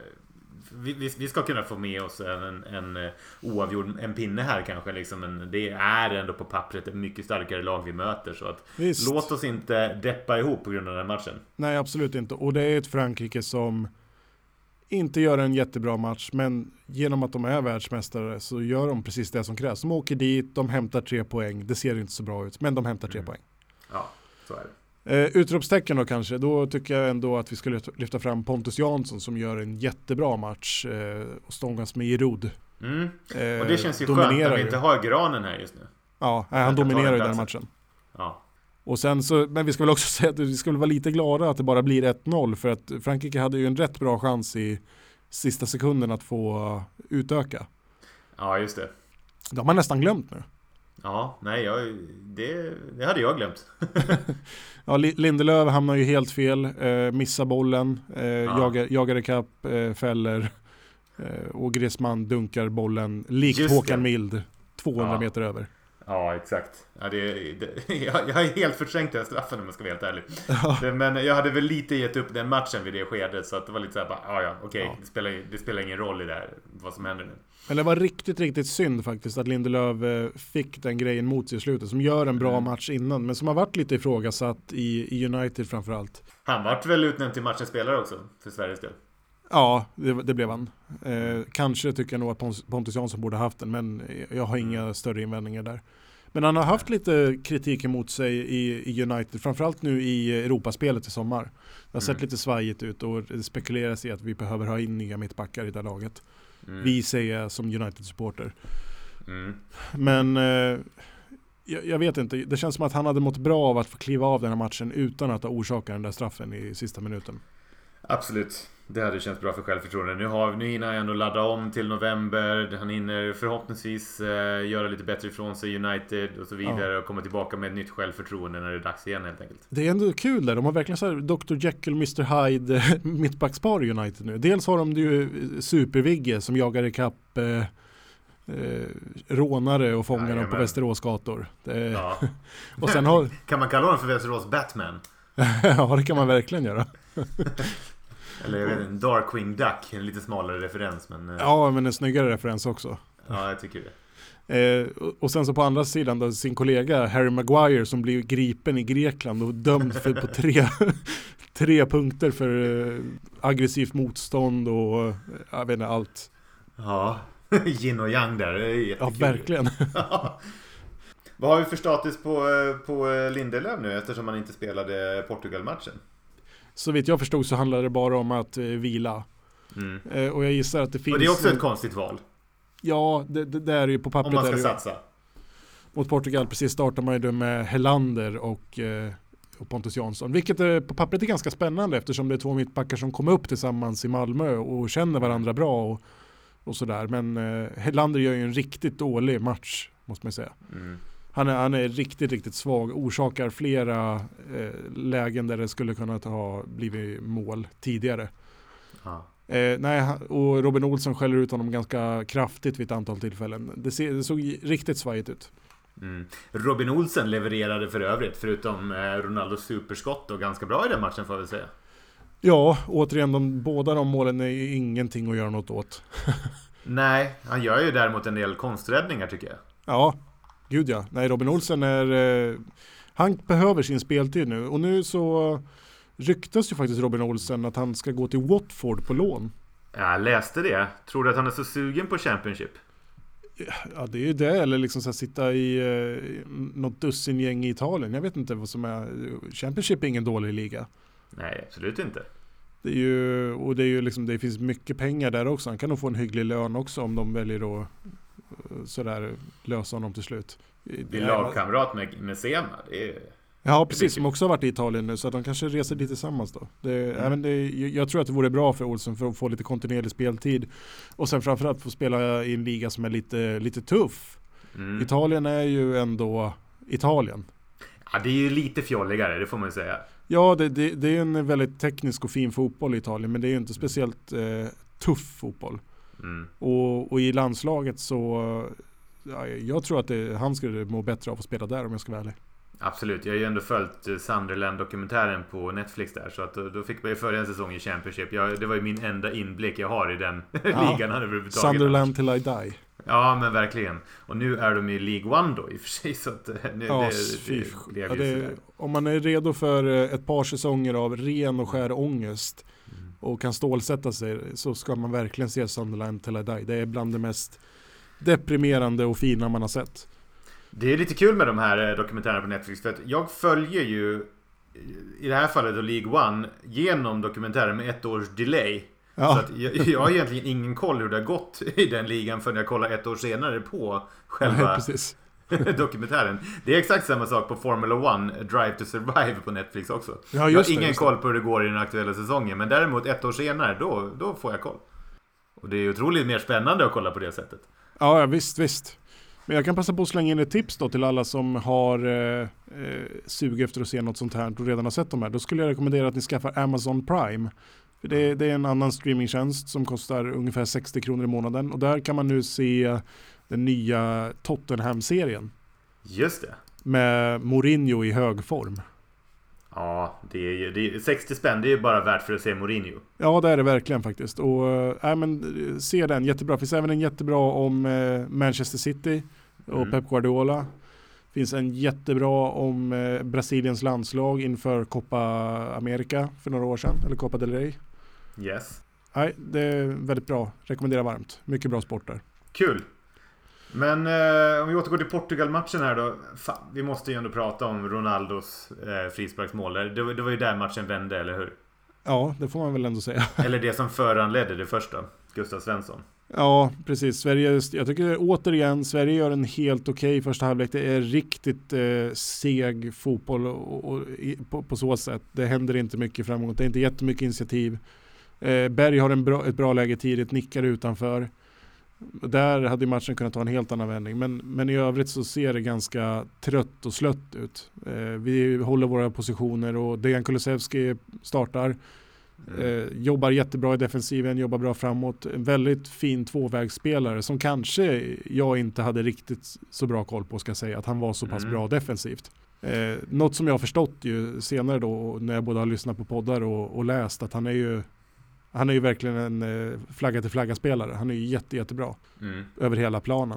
Vi ska kunna få med oss en oavgjord en pinne här kanske liksom, men det är ändå på pappret ett mycket starkare lag vi möter, så att låt oss inte deppa ihop på grund av den här matchen. Nej, absolut inte. Och det är ett Frankrike som inte gör en jättebra match, men genom att de är världsmästare så gör de precis det som krävs. De åker dit, de hämtar 3 poäng. Det ser inte så bra ut, men de hämtar 3 poäng. Ja, så är det. Utropstecken då kanske. Då tycker jag ändå att vi skulle lyfta fram Pontus Jansson som gör en jättebra match och stångas med Giroud. Och det känns ju skönt att vi inte har Granen här just nu. Ja, han dominerar ju den matchen. Ja. Och sen så, men vi ska väl också säga att vi ska väl vara lite glada att det bara blir 1-0, för att Frankrike hade ju en rätt bra chans i sista sekunden att få utöka. Ja, just det. De har man nästan glömt nu. Ja, nej, det hade jag glömt. Ja, Lindelöf hamnar ju helt fel, missar bollen, jagar ikapp, fäller, och Griezmann dunkar bollen likt Håkan Mild 200 meter över. Ja, exakt. Ja, jag har helt förträngt den straffen, om jag ska vara helt ärlig. Ja. Men jag hade väl lite gett upp den matchen vid det skedet, så att det var lite så här, okej. Det spelar ingen roll i det här, vad som händer nu. Men det var riktigt, riktigt synd faktiskt att Lindelöf fick den grejen mot sig i slutet, som gör en bra match innan, men som har varit lite ifrågasatt i United framförallt. Han vart väl utnämnd till matchens spelare också, för Sveriges del. Ja, det blev han. Kanske tycker jag nog att Pontus Jansson borde haft den, men jag har inga större invändningar där. Men han har haft lite kritik emot sig i United, framförallt nu i Europaspelet i sommar. Det har sett lite svajigt ut och det spekuleras i att vi behöver ha in nya mittbackar i det här laget. Vi säger som United-supporter. Men jag vet inte, det känns som att han hade mått bra av att få kliva av den här matchen utan att ha orsakat den där straffen i sista minuten. Absolut, det hade känts bra för självförtroende. Nu hinner han ändå ladda om till november. Han hinner förhoppningsvis göra lite bättre ifrån sig United och så vidare, och komma tillbaka med ett nytt självförtroende när det är dags igen helt enkelt. Det är ändå kul där, de har verkligen så här Dr. Jekyll, Mr. Hyde mittbackspar i United nu. Dels har de ju Supervigge som jagar ikapp rånare och fångar dem på Västerås gator. Och sen har... Kan man kalla honom för Västerås Batman? Ja, det kan man verkligen göra. Eller jag vet inte, Darkwing Duck, en lite smalare referens, men... Ja, men en snyggare referens också. Ja, jag tycker det. Och sen så på andra sidan då, sin kollega Harry Maguire som blir gripen i Grekland och dömd för på 3 punkter för aggressivt motstånd och jag vet inte, allt. Ja, yin och yang där, det är jättekul. Ja, verkligen. Vad har vi för status på Lindelöf nu eftersom man inte spelade Portugal-matchen? Så vitt jag förstod så handlar det bara om att vila. Och jag gissar att det finns... Och det är också ett konstigt val. Ja, det är ju på pappret. Om man ska satsa. Mot Portugal precis startar man ju med Helander och Pontus Jansson. Vilket på pappret är ganska spännande eftersom det är 2 mittbackar som kommer upp tillsammans i Malmö och känner varandra bra och sådär. Men Helander gör ju en riktigt dålig match, måste man säga. Han är riktigt, riktigt svag. Orsakar flera lägen där det skulle kunna ha blivit mål tidigare. Och Robin Olsen skäller ut honom ganska kraftigt vid ett antal tillfällen. Det såg riktigt svajigt ut. Robin Olsen levererade för övrigt, förutom Ronaldos superskott, och ganska bra i den matchen får jag väl säga. Ja, återigen, båda de målen är ju ingenting att göra något åt. Nej, han gör ju däremot en del konsträddningar tycker jag. Ja, gud ja. Nej, Robin Olsen han behöver sin speltid nu. Och nu så ryktas ju faktiskt Robin Olsen att han ska gå till Watford på lån. Jag läste det. Tror du att han är så sugen på Championship? Ja, det är ju det. Eller liksom så här, sitta i något dussingäng i Italien. Jag vet inte vad som är... Championship är ingen dålig liga. Nej, absolut inte. Det finns mycket pengar där också. Han kan nog få en hygglig lön också om de väljer att sådär lösa honom till slut. Det är lagkamrat med Sema. Ja, precis. Som också har varit i Italien nu. Så att de kanske reser dit tillsammans då. Jag tror att det vore bra för Olsen för att få lite kontinuerlig speltid. Och sen framförallt få spela i en liga som är lite tuff. Italien är ju ändå Italien. Ja, det är ju lite fjolligare, det får man ju säga. Ja, det är en väldigt teknisk och fin fotboll i Italien. Men det är ju inte speciellt tuff fotboll. Och i landslaget så... Ja, jag tror att han skulle må bättre av att spela där om jag ska vara ärlig. Absolut, jag har ju ändå följt Sunderland-dokumentären på Netflix där. Så att då fick jag följa en säsong i Championship. Det var ju min enda inblick jag har i den ligan överhuvudtaget. Sunderland till I die. Ja, men verkligen. Och nu är de i League One då i och för sig. Så att om man är redo för ett par säsonger av ren och skär ångest och kan stålsätta sig, så ska man verkligen se Sunderland till I die. Det är bland det mest deprimerande och fina man har sett. Det är lite kul med de här dokumentärerna på Netflix, för att jag följer ju i det här fallet då League One genom dokumentären med 1 års delay. Ja. Så att jag har egentligen ingen koll hur det har gått i den ligan förrän jag kollar 1 år senare på själva dokumentären. Det är exakt samma sak på Formula 1 Drive to Survive på Netflix också. Ja, jag har ingen koll på hur det går i den aktuella säsongen, men däremot 1 år senare då får jag koll. Och det är otroligt mer spännande att kolla på det sättet. Ja, visst. Men jag kan passa på att slänga in ett tips då till alla som har sug efter att se något sånt här och redan har sett de här. Då skulle jag rekommendera att ni skaffar Amazon Prime. För det är en annan streamingtjänst som kostar ungefär 60 kronor i månaden. Och där kan man nu se den nya Tottenham-serien. Just det. Med Mourinho i hög form. Ja, det är 60 spänn, det är bara värt för att se Mourinho. Ja, det är det verkligen faktiskt. Och se den, jättebra. Det finns även en jättebra om Manchester City och Pep Guardiola. Det finns en jättebra om Brasiliens landslag inför Copa America för några år sedan. Eller Copa del Rey. Yes. Nej, det är väldigt bra. Rekommenderar varmt. Mycket bra sport där. Kul. Men om vi återgår till Portugal-matchen här då. Fan, vi måste ju ändå prata om Ronaldos frisparksmål. Det var ju där matchen vände, eller hur? Ja, det får man väl ändå säga. Eller det som föranledde det första, Gustav Svensson. Ja, precis. Sverige, jag tycker återigen, Sverige gör en helt okej första halvlek. Det är riktigt seg fotboll på så sätt. Det händer inte mycket framåt. Det är inte jättemycket initiativ. Berg har ett bra läge tidigt, nickar utanför. Där hade matchen kunnat ta en helt annan vändning. Men i övrigt så ser det ganska trött och slött ut. Vi håller våra positioner och Dejan Kulusevski startar. Jobbar jättebra i defensiven, jobbar bra framåt. En väldigt fin tvåvägsspelare som kanske jag inte hade riktigt så bra koll på, ska jag säga. Att han var så pass bra defensivt. Något som jag har förstått ju senare då, när jag både har lyssnat på poddar och läst, att han är ju verkligen en flagga till flagga-spelare. Han är ju jättebra över hela planen.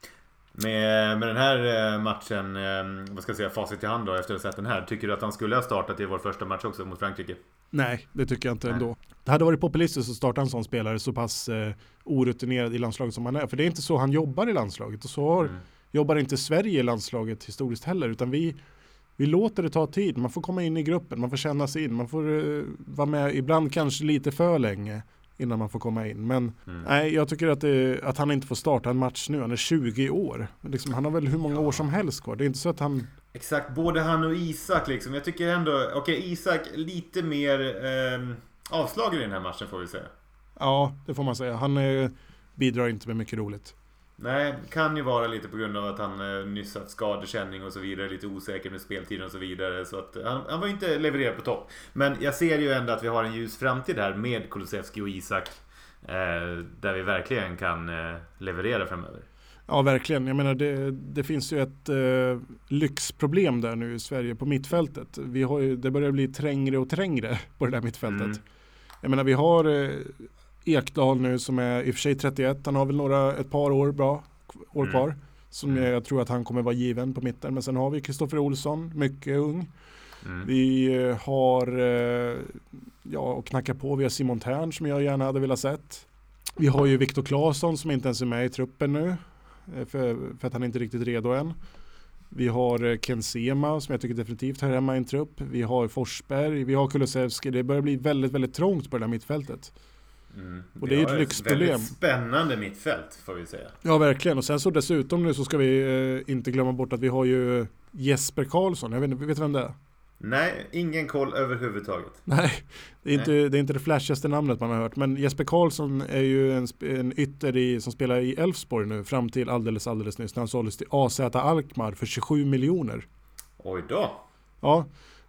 Med den här matchen, vad ska jag säga, facit i hand då efter att ha sett den här, tycker du att han skulle ha startat i vår första match också mot Frankrike? Nej, det tycker jag inte ändå. Det hade varit populistiskt att starta en sån spelare så pass orutinerad i landslaget som han är. För det är inte så han jobbar i landslaget. Och så jobbar inte Sverige i landslaget historiskt heller. Utan vi låter det ta tid. Man får komma in i gruppen, man får känna sig in. Man får vara med ibland kanske lite för länge innan man får komma in. Men nej, jag tycker att han inte får starta en match nu. Han är 20 år. Liksom, han har väl hur många år som helst kvar. Det är inte så att han... Exakt, både han och Isak liksom. Jag tycker ändå, Isak lite mer avslagen i den här matchen får vi säga. Ja, det får man säga. Han bidrar inte med mycket roligt. Nej, kan ju vara lite på grund av att han nyss haft skadekänning och så vidare, lite osäker med speltiden och så vidare, så att han var inte levererad på topp. Men jag ser ju ändå att vi har en ljus framtid här med Kulusevski och Isak, där vi verkligen kan leverera framöver. Ja, verkligen. Jag menar, det finns ju ett lyxproblem där nu i Sverige på mittfältet. Det börjar bli trängre och trängre på det där mittfältet. Jag menar, vi har Ekdal nu som är i och för sig 31. Han har väl ett par år kvar. Som jag tror att han kommer vara given på mitten. Men sen har vi Kristoffer Olsson, mycket ung. Vi har och knacka på. Vi har Simon Tern som jag gärna hade velat sett. Vi har ju Viktor Claesson som inte ens är med i truppen nu. För att han inte är riktigt redo än. Vi har Ken Sema som jag tycker definitivt hör hemma i en trupp. Vi har Forsberg, vi har Kulusevski. Det börjar bli väldigt, väldigt trångt på det där mittfältet. Och det är ett lyxproblem. Väldigt spännande mittfält får vi säga. Ja, verkligen. Och sen så dessutom nu så ska vi inte glömma bort att vi har ju Jesper Karlsson. Jag vet inte vem det är. Nej, ingen koll överhuvudtaget. Nej, det är inte det flashigaste namnet man har hört. Men Jesper Karlsson är ju en ytter som spelar i Elfsborg nu fram till alldeles nyss när han såldes till AZ Alkmaar för 27 miljoner. Oj då. Ja.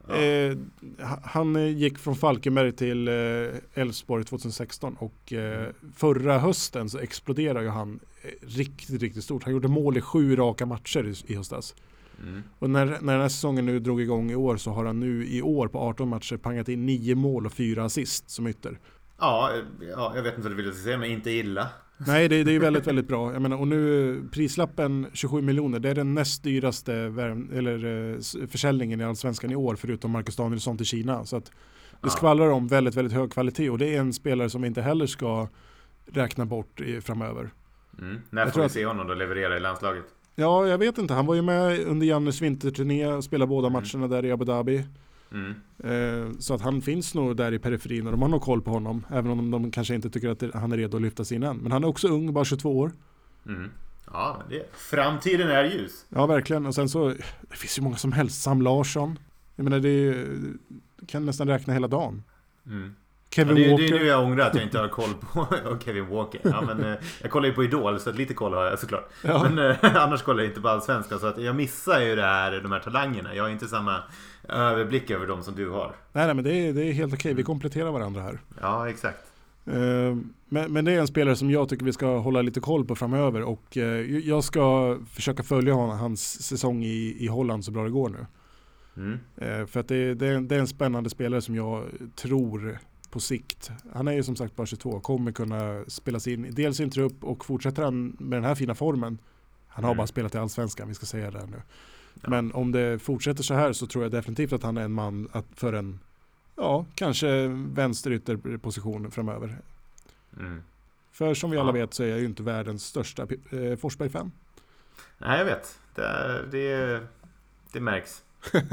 Han gick från Falkenberg till Elfsborg 2016 och förra hösten så exploderade ju han riktigt stort. Han gjorde mål i 7 raka matcher i höstas. Och när den här säsongen nu drog igång i år så har han nu i år på 18 matcher pangat in 9 mål och 4 assist som ytter. Ja, jag vet inte vad du vill säga, men inte illa. Nej, det är väldigt, väldigt bra. Jag menar, och nu prislappen 27 miljoner, det är den näst dyraste försäljningen i Allsvenskan i år förutom Marcus Danielsson till Kina. Så att det skvallrar om väldigt, väldigt hög kvalitet och det är en spelare som inte heller ska räkna bort framöver. När får vi se honom då leverera i landslaget? Ja, jag vet inte. Han var ju med under Jannes vinterturné och spelade båda matcherna där i Abu Dhabi. Så att han finns nog där i periferin och de har nog koll på honom. Även om de kanske inte tycker att han är redo att lyfta sig in än. Men han är också ung, bara 22 år. Ja, framtiden är ljus. Ja, verkligen. Och sen så, det finns ju många som helst. Sam Larsson. Jag menar, det kan nästan räkna hela dagen. Kevin Walker. Det är nu jag ångrar att jag inte har koll på Kevin Walker. Ja, men, jag kollar ju på Idol så att lite koll har jag såklart. Ja. Men annars kollar jag inte på Allsvenskan så att jag missar ju de här talangerna. Jag har inte samma överblick över dem som du har. Nej, men det är helt okej. Vi kompletterar varandra här. Ja, exakt. Men det är en spelare som jag tycker vi ska hålla lite koll på framöver och jag ska försöka följa hans säsong i Holland så bra det går nu. För att det är en spännande spelare som jag tror på sikt. Han är ju som sagt bara 22, kommer kunna spelas in dels i en trupp och fortsätter han med den här fina formen. Han har bara spelat i Allsvenskan, vi ska säga det nu. Ja. Men om det fortsätter så här så tror jag definitivt att han är en man för en kanske vänsterytterposition framöver. För som vi alla vet så är jag ju inte världens största Forsberg-fan. Nej, jag vet. Det märks.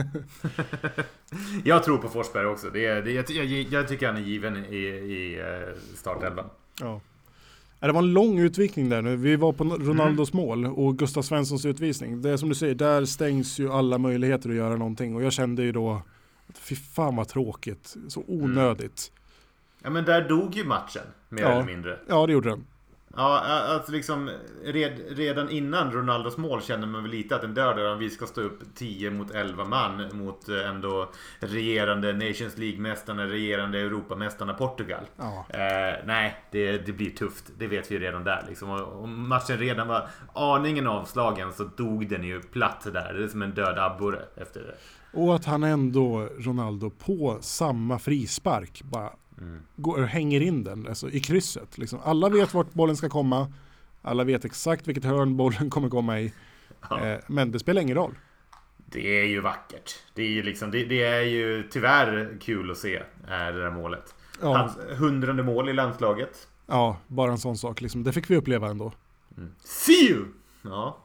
Jag tror på Forsberg också. Jag tycker han är given i startelvan. Ja. Det var en lång utvikning där nu. Vi var på Ronaldos mål och Gustav Svenssons utvisning. Det är som du säger, där stängs ju alla möjligheter att göra någonting. Och jag kände ju då att fy fan vad tråkigt. Så onödigt. Ja, men där dog ju matchen, mer eller mindre. Ja, det gjorde den. Ja, alltså liksom redan innan Ronaldos mål känner man väl lite att den dör. Vi ska stå upp 10 mot 11 man mot ändå regerande Nations League-mästarna, regerande Europamästarna Portugal. Ja. Nej, det blir tufft. Det vet vi redan där. Liksom. Och matchen redan var aningen avslagen så dog den ju platt där. Det är som en död abborre efter det. Och att han ändå, Ronaldo, på samma frispark bara går och hänger in den alltså, i krysset. Liksom. Alla vet vart bollen ska komma. Alla vet exakt vilket hörn bollen kommer komma i. Ja. Men det spelar ingen roll. Det är ju vackert. Det är ju, liksom, det är ju tyvärr kul att se det där målet. Ja. Hans 100:e mål i landslaget. Ja, bara en sån sak. Liksom. Det fick vi uppleva ändå. See you! Ja.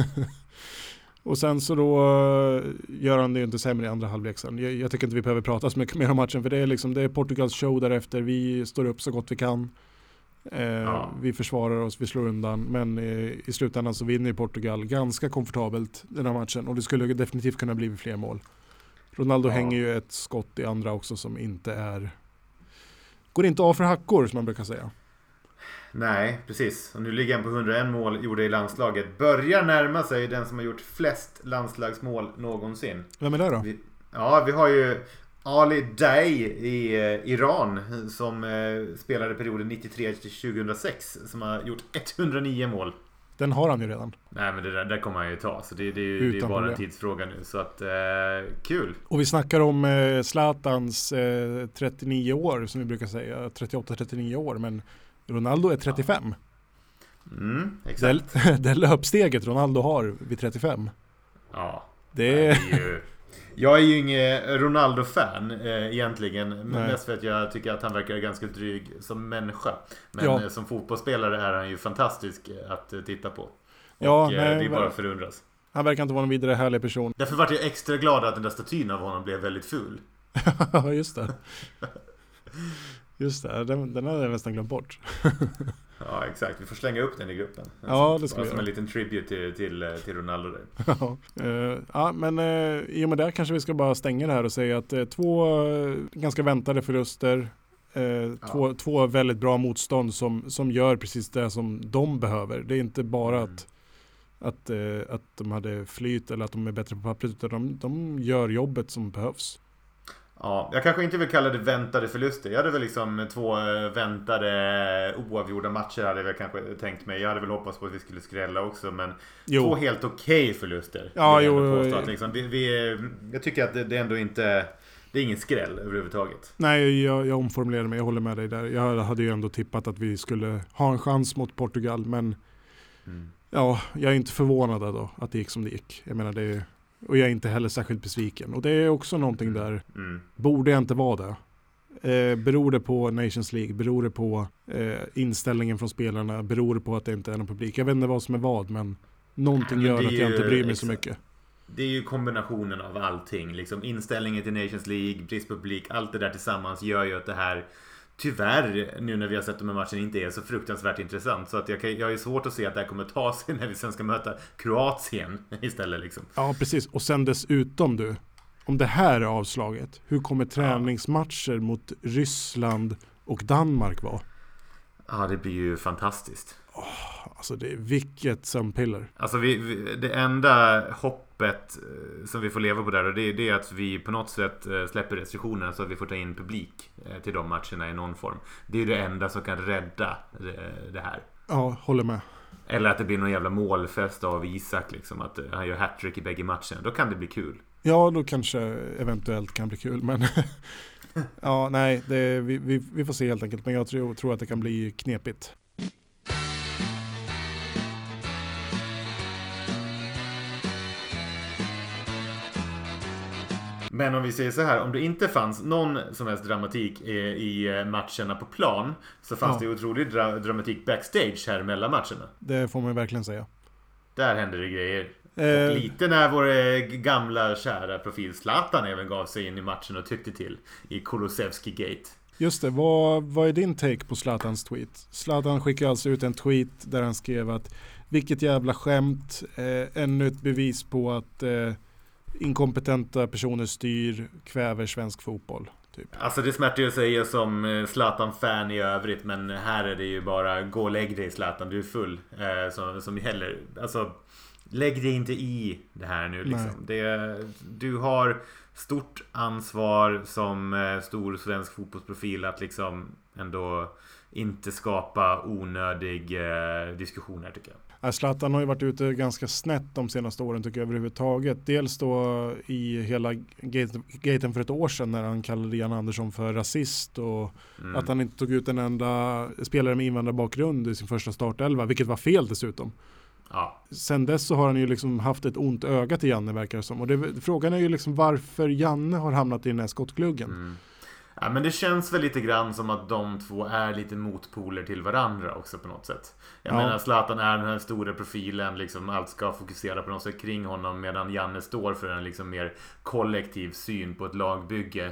Och sen så då gör han det ju inte sämre i andra halvlek sen. Jag tycker inte vi behöver prata så mycket mer om matchen. För det är Portugals show därefter. Vi står upp så gott vi kan. Vi försvarar oss, vi slår undan. Men i slutändan så vinner Portugal ganska komfortabelt den här matchen. Och det skulle definitivt kunna bli fler mål. Ronaldo hänger ju ett skott i andra också som inte går inte av för hackor som man brukar säga. Nej, precis. Och nu ligger han på 101 mål gjorde i landslaget. Börjar närma sig den som har gjort flest landslagsmål någonsin. Vem är det då? Vi har ju Ali Day i Iran som spelade perioden 93-2006 som har gjort 109 mål. Den har han ju redan. Nej, men det där kommer han ju ta. Så det är bara problem. en tidsfråga nu. Så att, kul. Och vi snackar om Zlatans 39 år som vi brukar säga. 38-39 år. Men Ronaldo är 35. Exakt. Det löpsteget Ronaldo har vid 35. Ja. Det är ju... Jag är ju ingen Ronaldo-fan egentligen. Mest för att jag tycker att han verkar ganska dryg som människa. Men som fotbollsspelare är han ju fantastisk att titta på. Och det är bara att förundras. Han verkar inte vara en vidare härlig person. Därför var jag extra glad att den där statyn av honom blev väldigt ful. Ja, just det. Just det, den hade jag nästan glömt bort. Ja, exakt. Vi får slänga upp den i gruppen. Ja, det ska vi som en liten tribute till Ronaldo där. Ja, men i och med det kanske vi ska bara stänga det här och säga att 2 ganska väntade förluster. 2 väldigt bra motstånd som gör precis det som de behöver. Det är inte bara att de hade flyt eller att de är bättre på pappret, utan de gör jobbet som behövs. Ja, jag kanske inte vill kalla det väntade förluster. Jag hade väl liksom 2 väntade oavgjorda matcher hade jag väl kanske tänkt mig. Jag hade väl hoppats på att vi skulle skrälla också, men 2 helt okej förluster. Ja, jag tycker att det ändå inte... Det är ingen skräll överhuvudtaget. Nej, jag omformulerar mig. Jag håller med dig där. Jag hade ju ändå tippat att vi skulle ha en chans mot Portugal, men ja, jag är inte förvånad då att det gick som det gick. Jag menar, och jag är inte heller särskilt besviken. Och det är också någonting där. Borde jag inte vara det? Beror det på Nations League? Beror det på inställningen från spelarna? Beror det på att det inte är någon publik? Jag vet inte vad som är vad, men någonting gör att jag inte bryr mig så mycket. Det är ju kombinationen av allting. Liksom inställningen till Nations League, brist på publik, allt det där tillsammans gör ju att det här tyvärr, nu när vi har sett de här matchen, inte är så fruktansvärt intressant. Så att jag är svårt att se att det här kommer ta sig när vi sen ska möta Kroatien istället. Liksom. Ja, precis. Och sen dessutom om det här är avslaget, hur kommer träningsmatcher mot Ryssland och Danmark vara? Ja, det blir ju fantastiskt. Alltså det är vilket sömnpiller. Alltså det enda hoppet som vi får leva på där, och det är att vi på något sätt släpper restriktionerna så att vi får ta in publik till de matcherna i någon form. Det är det enda som kan rädda det här. Ja, håller med. Eller att det blir någon jävla målfest av Isak liksom, att han gör hattrick i bägge matcherna. Då kan det bli kul. Ja, då kanske eventuellt kan bli kul, men ja, nej, vi får se helt enkelt. Men jag tror att det kan bli knepigt. Men om vi säger så här, om det inte fanns någon som helst dramatik i matcherna på plan, så fanns det otroligt dramatik backstage här mellan matcherna. Det får man verkligen säga. Där händer det grejer. Och lite när vår gamla kära profil Zlatan även gav sig in i matchen och tyckte till i Kulusevski Gate. Just det, vad är din take på Zlatans tweet? Zlatan skickade alltså ut en tweet där han skrev att vilket jävla skämt, ännu ett bevis på att inkompetenta personer styr, kväver svensk fotboll. Typ. Alltså det smärtar ju att säga som Zlatan-fan i övrigt, men här är det ju bara gå och lägg dig Zlatan, du är full. Som heller, alltså lägg dig inte i det här nu liksom. Du har stort ansvar som stor svensk fotbollsprofil att liksom ändå inte skapa onödig diskussioner, tycker jag. Zlatan har ju varit ute ganska snett de senaste åren, tycker jag, överhuvudtaget. Dels då i hela gaten för ett år sedan när han kallade Jan Andersson för rasist och att han inte tog ut en enda spelare med invandrarbakgrund i sin första startelva, vilket var fel dessutom. Ja. Sen dess så har han ju liksom haft ett ont öga till Janne, verkar det som. Och frågan är ju liksom varför Janne har hamnat i den här skottgluggen. Ja, men det känns väl lite grann som att de två är lite motpoler till varandra också på något sätt. Jag menar, Zlatan är den här stora profilen, liksom allt ska fokusera på något sätt kring honom, medan Janne står för en liksom mer kollektiv syn på ett lagbygge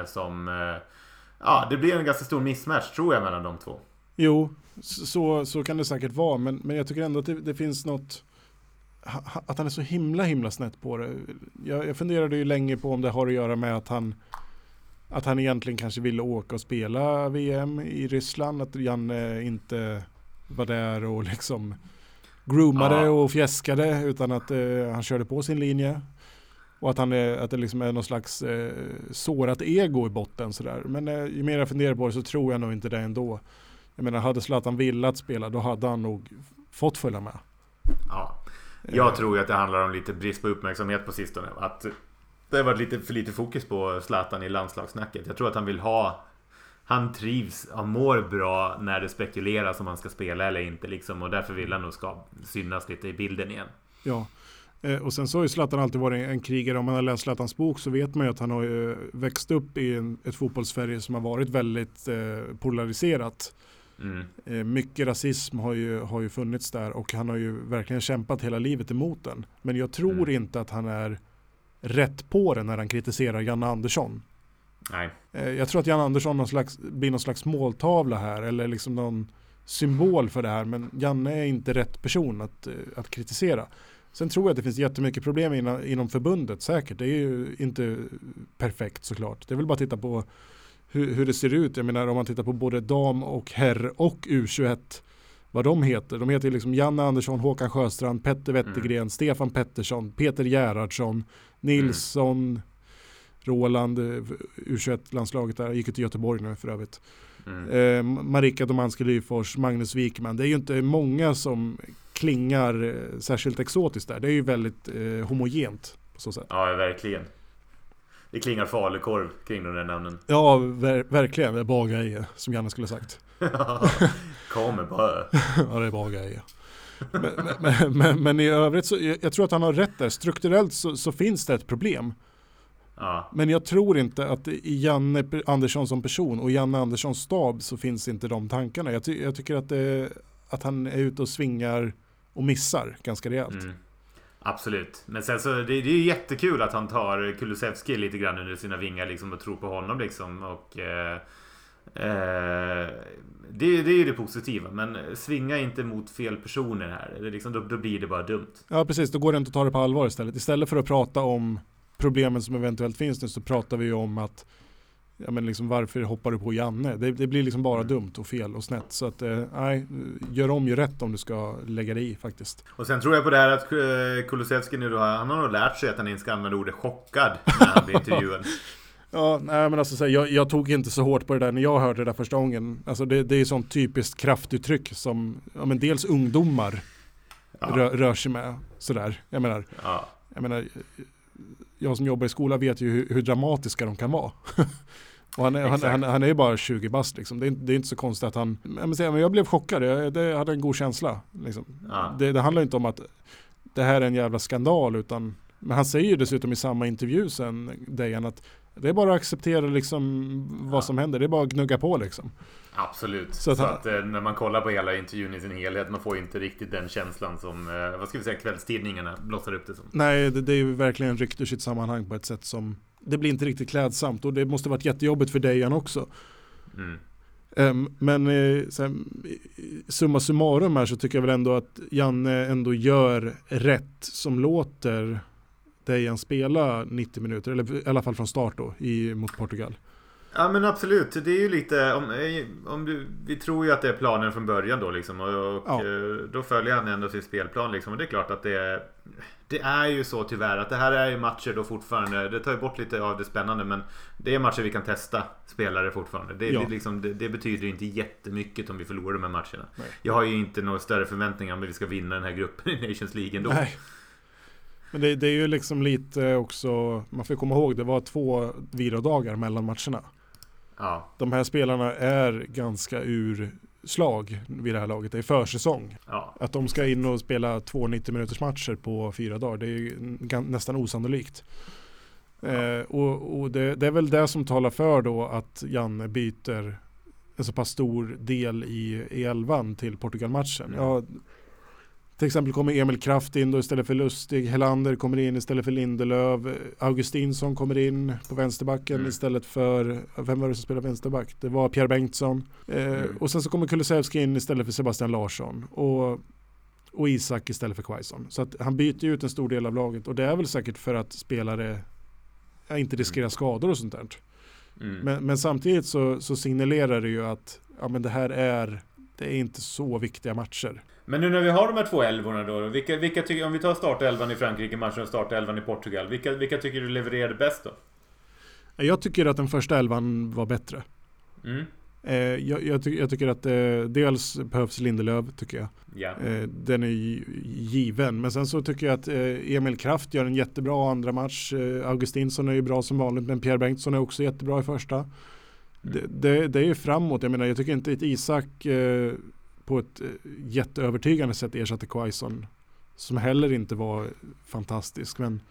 det blir en ganska stor mismatch, tror jag, mellan de två. Jo, så kan det säkert vara, men jag tycker ändå att det finns något, att han är så himla snett på det. Jag funderade ju länge på om det har att göra med att han egentligen kanske ville åka och spela VM i Ryssland, att Janne inte var där och liksom groomade och fjäskade, utan att han körde på sin linje, och att det liksom är någon slags sårat ego i botten sådär. Men ju mer jag funderar på det så tror jag nog inte det ändå. Jag menar, hade Zlatan velat spela, då hade han nog fått följa med. Ja, jag tror ju att det handlar om lite brist på uppmärksamhet på sistone. Att det har varit lite för lite fokus på Zlatan i landslagssnacket. Jag tror att han trivs och mår bra när det spekuleras om han ska spela eller inte liksom, och därför vill han nog ska synas lite i bilden igen. Ja, och sen så har ju Zlatan alltid varit en krigare. Om man har läst Zlatans bok så vet man ju att han har ju växt upp i ett fotbollssverige som har varit väldigt polariserat. Mycket rasism har ju funnits där, och han har ju verkligen kämpat hela livet emot den. Men jag tror inte att han är rätt på det när han kritiserar Janne Andersson. Nej. Jag tror att Janne Andersson blir någon slags måltavla här, eller liksom någon symbol för det här, men Janne är inte rätt person att kritisera. Sen tror jag att det finns jättemycket problem inom förbundet, säkert. Det är ju inte perfekt såklart. Det är väl bara att titta på hur det ser ut. Jag menar, om man tittar på både dam och herr och U21, vad de heter. De heter liksom Janne Andersson, Håkan Sjöstrand, Petter Wettergren, Stefan Pettersson, Peter Gerhardsson, Nilsson, Roland, U21-landslaget där, gick till Göteborg nu för övrigt. Marika Domanski-Lyfors, Magnus Wikman. Det är ju inte många som klingar särskilt exotiskt där. Det är ju väldigt homogent på så sätt. Ja, verkligen. Det klingar falukorv kring de där namnen. Ja, verkligen. Det är bara grejer, som Janne skulle sagt. Kommer bara. Ja, det är bara grejer. Men i övrigt så, jag tror att han har rätt där. Strukturellt så finns det ett problem. Ja. Men jag tror inte att i Janne Andersson som person och Janne Anderssons stab så finns inte de tankarna. Jag tycker att han är ute och svingar och missar ganska rejält. Absolut. Men sen så det är ju jättekul att han tar Kulusevski lite grann under sina vingar liksom, och tror på honom liksom, och det är ju det positiva, men svinga inte mot fel personer här. Det liksom, då blir det bara dumt. Ja, precis. Då går det inte att ta det på allvar istället. Istället för att prata om problemen som eventuellt finns nu, så pratar vi ju om att liksom, varför hoppar du på Janne? Det blir liksom bara dumt och fel och snett. Så att nej, gör rätt om du ska lägga det i faktiskt. Och sen tror jag på det här att Kulusevski nu då, han har nog lärt sig att han inte ska använda ordet chockad när han blir intervjun. Ja, nej, men alltså, jag tog inte så hårt på det där när jag hörde det där första gången. Alltså, det är sånt typiskt kraftuttryck som dels ungdomar rör sig med sådär. Jag menar, jag som jobbar i skola vet ju hur dramatiska de kan vara. Och han är ju bara 20 bast liksom. Det är inte så konstigt att han... Men jag blev chockad. Jag hade en god känsla. Liksom. Ja. Det handlar inte om att det här är en jävla skandal, utan Men han säger ju dessutom i samma intervju sen, Dejan, att det är bara att acceptera liksom vad som händer. Det är bara att gnugga på liksom. Absolut. Så att när man kollar på hela intervjun i sin helhet, man får inte riktigt den känslan som, vad ska vi säga, kvällstidningarna blossar upp det som. Nej, det är ju verkligen ryckt ur sitt sammanhang på ett sätt som, det blir inte riktigt klädsamt. Och det måste varit jättejobbigt för Dejan också. Men sen, summa summarum här så tycker jag väl ändå att Janne ändå gör rätt som låter Dejan spela 90 minuter, eller i alla fall från start då mot Portugal. Ja men absolut, det är ju lite vi tror ju att det är planen från början då liksom, och då följer han ändå sin spelplan liksom, och det är klart att det är ju så tyvärr att det här är ju matcher då fortfarande, det tar ju bort lite av det spännande, men det är matcher vi kan testa spelare fortfarande. Det betyder inte jättemycket om vi förlorar de här matcherna. Nej. Jag har ju inte några större förväntningar om att vi ska vinna den här gruppen i Nations League ändå. Nej. Men det är ju liksom lite också, man får komma ihåg, det var 2 vilodagar mellan matcherna. Ja. De här spelarna är ganska slag vid det här laget. Det är försäsong. Ja. Att de ska in och spela 2 90 minuters matcher på 4 dagar, det är ju nästan osannolikt. Ja. Och det är väl det som talar för då att Janne byter en så pass stor del i elvan till Portugal-matchen. Ja, till exempel kommer Emil Kraft in då istället för Lustig. Helander kommer in istället för Lindelöf. Augustinsson kommer in på vänsterbacken istället för, vem var det som spelade vänsterback? Det var Pierre Bengtsson. Och sen så kommer Kulusevski in istället för Sebastian Larsson. Och Isak istället för Quaison. Så att han byter ut en stor del av laget. Och det är väl säkert för att spelare inte riskerar skador och sånt där. Men samtidigt så signalerar det ju att men det här det är inte så viktiga matcher. Men nu när vi har de här 2 elvorna då, vilka tycker, om vi tar startelvan i Frankrike matchen och startelvan i Portugal, vilka tycker du levererade bäst då? Jag tycker att den första elvan var bättre. Jag tycker att dels behövs Lindelöf, tycker jag. Yeah. Den är given. Men sen så tycker jag att Emil Kraft gör en jättebra andra match. Augustinsson är ju bra som vanligt, men Pierre Bengtsson är också jättebra i första. Det är ju framåt. Jag menar, jag tycker inte att Isak på ett jätteövertygande sätt ersatte Quaison, som heller inte var fantastisk. Men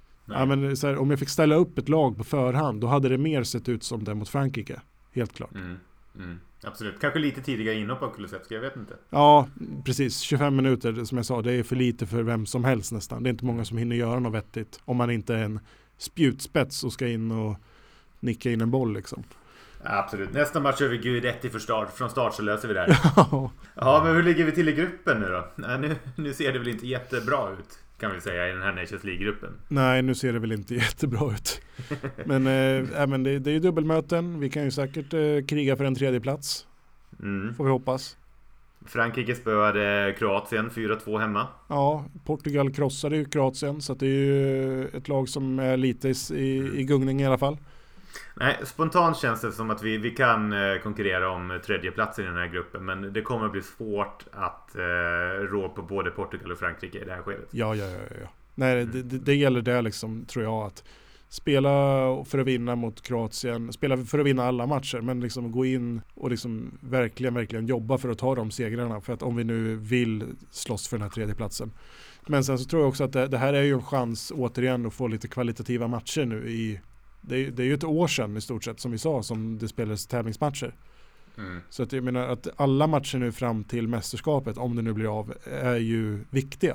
så här, om jag fick ställa upp ett lag på förhand, då hade det mer sett ut som det mot Frankrike. Helt klart. Absolut. Kanske lite tidigare inhopp av Kulusevski, jag vet inte. Ja, precis. 25 minuter, som jag sa, det är för lite för vem som helst nästan. Det är inte många som hinner göra något vettigt om man inte är en spjutspets och ska in och nicka in en boll liksom. Absolut. Nästa match är vi Guidetti från start, så löser vi det här. Ja, men hur ligger vi till i gruppen nu då? Nu ser det väl inte jättebra ut, kan vi säga, i den här Nations League-gruppen. Nej, nu ser det väl inte jättebra ut. Men det är ju dubbelmöten. Vi kan ju säkert kriga för en 3:e plats. Får vi hoppas. Frankrike spöade Kroatien 4-2 hemma. Ja, Portugal krossade ju Kroatien, så att det är ju ett lag som är lite i gungning i alla fall. Nej, spontant känns det som att vi kan konkurrera om 3:e platsen i den här gruppen, men det kommer att bli svårt att rå på både Portugal och Frankrike i det här skedet. Ja. Nej, det gäller det liksom, tror jag, att spela för att vinna mot Kroatien, spela för att vinna alla matcher, men liksom gå in och liksom verkligen jobba för att ta de segrarna, för att om vi nu vill slåss för den här 3:e platsen. Men sen så tror jag också att det här är ju en chans återigen att få lite kvalitativa matcher nu det är ju ett år sedan i stort sett, som vi sa, som det spelades tävlingsmatcher. Så att jag menar att alla matcher nu fram till mästerskapet, om det nu blir av, är ju viktiga.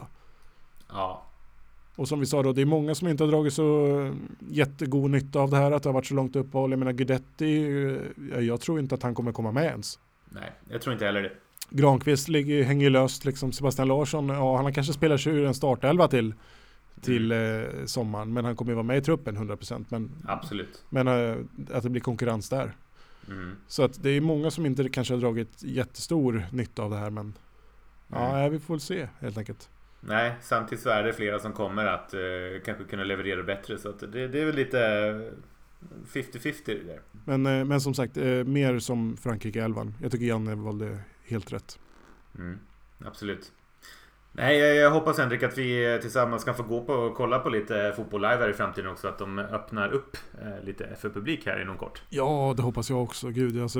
Ja. Och som vi sa då, det är många som inte har dragit så jättegod nytta av det här, att det har varit så långt uppehåll. Jag menar, Guidetti, jag tror inte att han kommer komma med ens. Nej, jag tror inte heller det. Granqvist hänger löst liksom. Sebastian Larsson, han kanske spelar sig ur en startelva till sommaren, men han kommer ju vara med i truppen 100%. Men, absolut. Men att det blir konkurrens där. Så att det är många som inte kanske har dragit jättestor nytta av det här, men vi får väl se helt enkelt. Nej, samtidigt så är det flera som kommer att kanske kunna leverera bättre, så att det är väl lite 50-50 där. Men som sagt, mer som Frankrike-elvan. Jag tycker Janne valde helt rätt. Absolut. Nej, jag hoppas, Henrik, att vi tillsammans kan få gå på och kolla på lite fotboll live här i framtiden också, att de öppnar upp lite för publik här inom kort. Ja, det hoppas jag också. Gud, alltså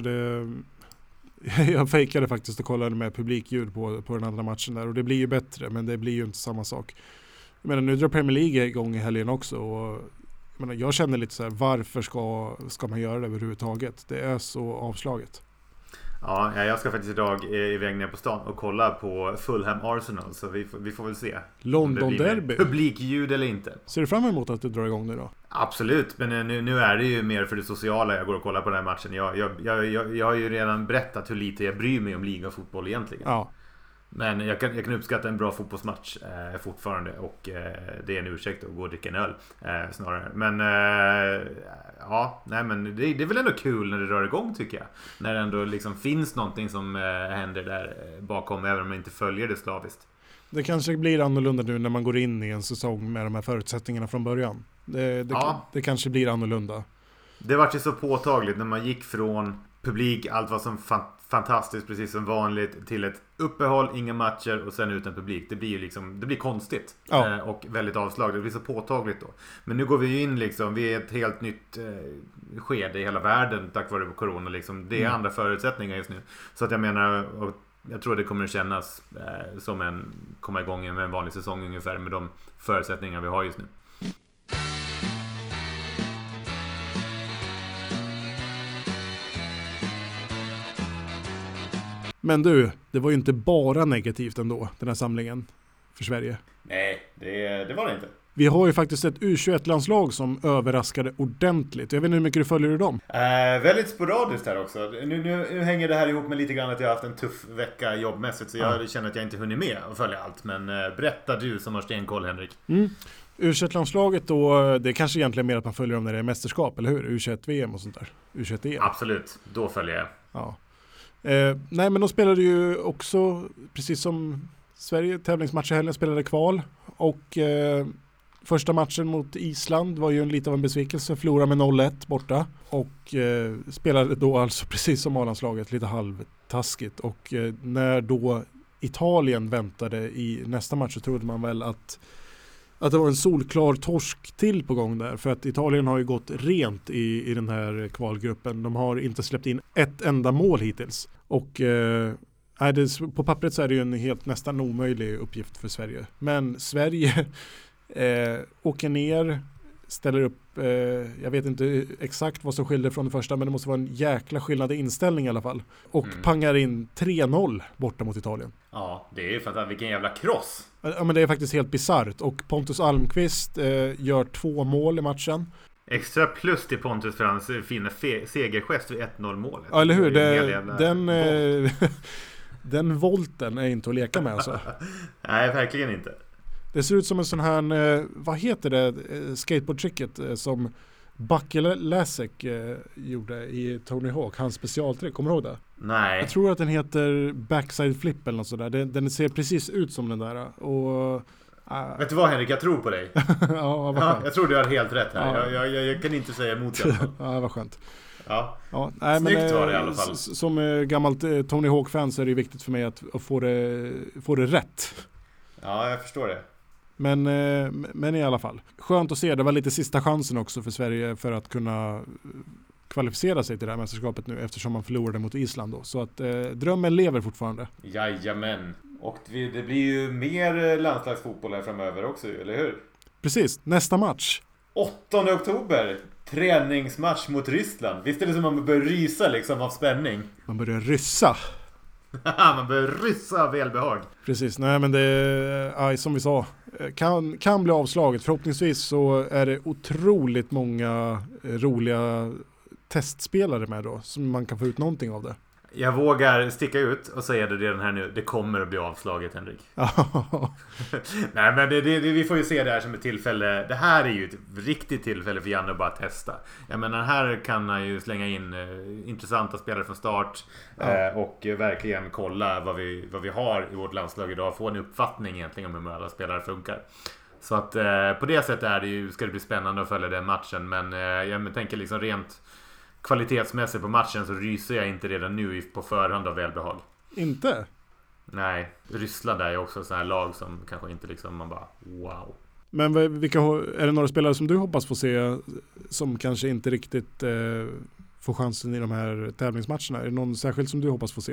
jag fejkade faktiskt att kolla med publikljud på den andra matchen där, och det blir ju bättre, men det blir ju inte samma sak. Jag menar, nu drar Premier League igång i helgen också och jag känner lite så här, varför ska man göra det överhuvudtaget? Det är så avslaget. Ja, jag ska faktiskt idag iväg ner på stan och kolla på Fulham Arsenal, så vi får väl se. London Derby. Publikljud eller inte. Ser du fram emot att du drar igång det då? Absolut, men nu är det ju mer för det sociala jag går och kollar på den här matchen. Jag har ju redan berättat hur lite jag bryr mig om ligafotboll egentligen. Ja. Men jag kan uppskatta en bra fotbollsmatch fortfarande, och det är en ursäkt att gå och dricka en öl snarare. Men men det är väl ändå kul när det rör igång, tycker jag. När det ändå liksom finns någonting som händer där bakom, även om man inte följer det slaviskt. Det kanske blir annorlunda nu när man går in i en säsong med de här förutsättningarna från början. Det kanske blir annorlunda. Det var ju så påtagligt när man gick från publik, allt var som fantastiskt, precis som vanligt, till ett uppehåll, inga matcher och sen utan publik. Det blir ju liksom, det blir konstigt och väldigt avslag. Det blir så påtagligt då. Men nu går vi in liksom, vi är ett helt nytt skede i hela världen tack vare corona liksom. Det är andra förutsättningar just nu. Så att jag menar, och jag tror det kommer att kännas som komma igång med en vanlig säsong ungefär med de förutsättningar vi har just nu. Men du, det var ju inte bara negativt ändå, den här samlingen för Sverige. Nej, det var det inte. Vi har ju faktiskt ett U21-landslag som överraskade ordentligt. Jag vet inte hur mycket du följer dem. Väldigt sporadiskt här också. Nu hänger det här ihop med lite grann att jag har haft en tuff vecka jobbmässigt, så jag känner att jag inte hunnit med att följa allt. Men berätta du som har stenkoll, Henrik. U21-landslaget då, det är kanske egentligen mer att man följer dem när det är mästerskap, eller hur? U21-VM och sånt där. U21-EM. Absolut, då följer jag. Ja. Nej, men de spelade ju också, precis som Sverige, tävlingsmatcher helgen, spelade kval. Och första matchen mot Island var ju lite av en besvikelse. Förlorade med 0-1 borta. Och spelade då alltså precis som A-landslaget, lite halvtaskigt. Och när då Italien väntade i nästa match så trodde man väl att det var en solklar torsk till på gång där. För att Italien har ju gått rent i den här kvalgruppen. De har inte släppt in ett enda mål hittills. Och på pappret så är det ju en helt nästan omöjlig uppgift för Sverige. Men Sverige åker ner, ställer upp, jag vet inte exakt vad som skiljer från det första, men det måste vara en jäkla skillnad i inställning i alla fall. Och pangar in 3-0 borta mot Italien. Ja, det är ju för att vilken jävla kross. Ja, men det är faktiskt helt bizarrt. Och Pontus Almqvist gör 2 mål i matchen. Extra plus till Pontus för hans fina segergest vid 1-0 målet. Ja, eller hur? Den volten är inte att leka med alltså. Nej, verkligen inte. Det ser ut som en sån här, vad heter det, skateboardtricket som Bucky Lasek gjorde i Tony Hawk, hans specialtrick, kommer du ihåg det? Nej. Jag tror att den heter backside flip eller något sådär. Den ser precis ut som den där. Och vet du vad, Henrik, jag tror på dig. Jag tror du har helt rätt här. Jag kan inte säga emot det. Ja, vad skönt. Ja. Nej, snyggt men, var det i alla fall. Som gammalt Tony Hawk-fan så är det viktigt för mig att få det rätt. Ja, jag förstår det. Men i alla fall. Skönt att se. Det var lite sista chansen också för Sverige för att kunna kvalificera sig till det här mästerskapet nu, eftersom man förlorade mot Island då. Så att drömmen lever fortfarande. Jajamän. Och det blir ju mer landslagsfotboll här framöver också, eller hur? Precis. Nästa match. 8 oktober. Träningsmatch mot Ryssland. Visst är det som man börjar rysa liksom av spänning? Man börjar ryssa. Man börjar ryssa av välbehag. Precis, nej men det som vi sa, kan bli avslaget. Förhoppningsvis så är det otroligt många roliga testspelare med då, som man kan få ut någonting av det. Jag vågar sticka ut och säga det redan här nu. Det kommer att bli avslaget, Henrik. Nej, men vi får ju se det här som ett tillfälle. Det här är ju ett riktigt tillfälle för Janne att bara testa. Jag menar, här kan han ju slänga in intressanta spelare från start och verkligen kolla vad vi har i vårt landslag idag. Få en uppfattning egentligen om hur alla spelare funkar. Så att på det sättet ska det bli spännande att följa den matchen. Men jag tänker liksom rent kvalitetsmässigt på matchen så ryser jag inte redan nu på förhand av välbehag. Inte? Nej, Ryssland är ju också så här lag som kanske inte liksom man bara wow. Men är det några spelare som du hoppas få se som kanske inte riktigt får chansen i de här tävlingsmatcherna? Är det någon särskilt som du hoppas få se?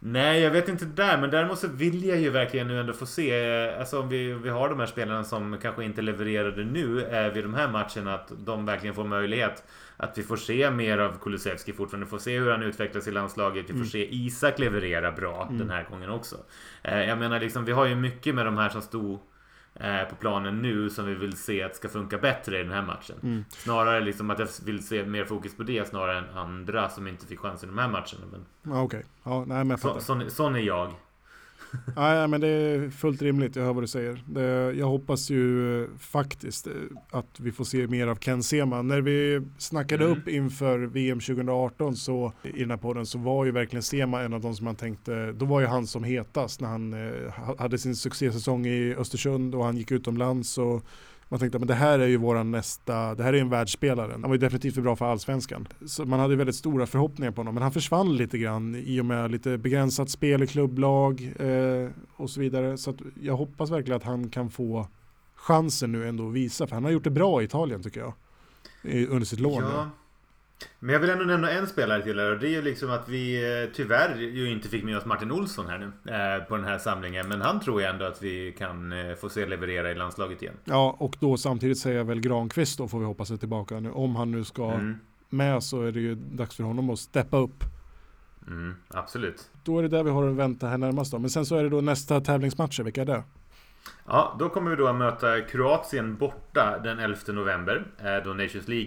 Nej, jag vet inte där, men däremot så vill jag ju verkligen nu ändå få se, alltså om vi har de här spelarna som kanske inte levererade nu vid de här matcherna, att de verkligen får möjlighet, att vi får se mer av Kulusevski fortfarande, får se hur han utvecklas i landslaget, vi får se Isak leverera bra den här gången också. Jag menar liksom, vi har ju mycket med de här som stod på planen nu som vi vill se att ska funka bättre i den här matchen. Snarare liksom att jag vill se mer fokus på det snarare än andra som inte fick chansen i de här matcherna. Men... Ja, okej. Ja, nej, men sån är jag. Nej, men det är fullt rimligt, jag hör vad du säger. Jag hoppas ju faktiskt att vi får se mer av Ken Sema. När vi snackade upp inför VM 2018 så, i den här podden, så var ju verkligen Sema en av de som man tänkte, då var ju han som hetast när han hade sin succésäsong i Östersund och han gick utomlands, och man tänkte att det här är ju våran nästa, det här är en världsspelare. Han var ju definitivt för bra för allsvenskan. Så man hade väldigt stora förhoppningar på honom. Men han försvann lite grann i och med lite begränsat spel i klubblag och så vidare. Så att jag hoppas verkligen att han kan få chansen nu ändå att visa. För han har gjort det bra i Italien tycker jag. Under sitt lån. Ja. Men jag vill ändå nämna en spelare till här, och det är ju liksom att vi tyvärr ju inte fick med oss Martin Olsson här nu på den här samlingen, men han tror jag ändå att vi kan få se leverera i landslaget igen. Ja, och då samtidigt säger jag väl Granqvist då, får vi hoppas är tillbaka nu. Om han nu ska med så är det ju dags för honom att steppa upp. Absolut. Då är det där vi har att vänta här närmast då. Men sen så är det då nästa tävlingsmatcher, vilka är det? Ja, då kommer vi då att möta Kroatien borta den 11 november då Nations League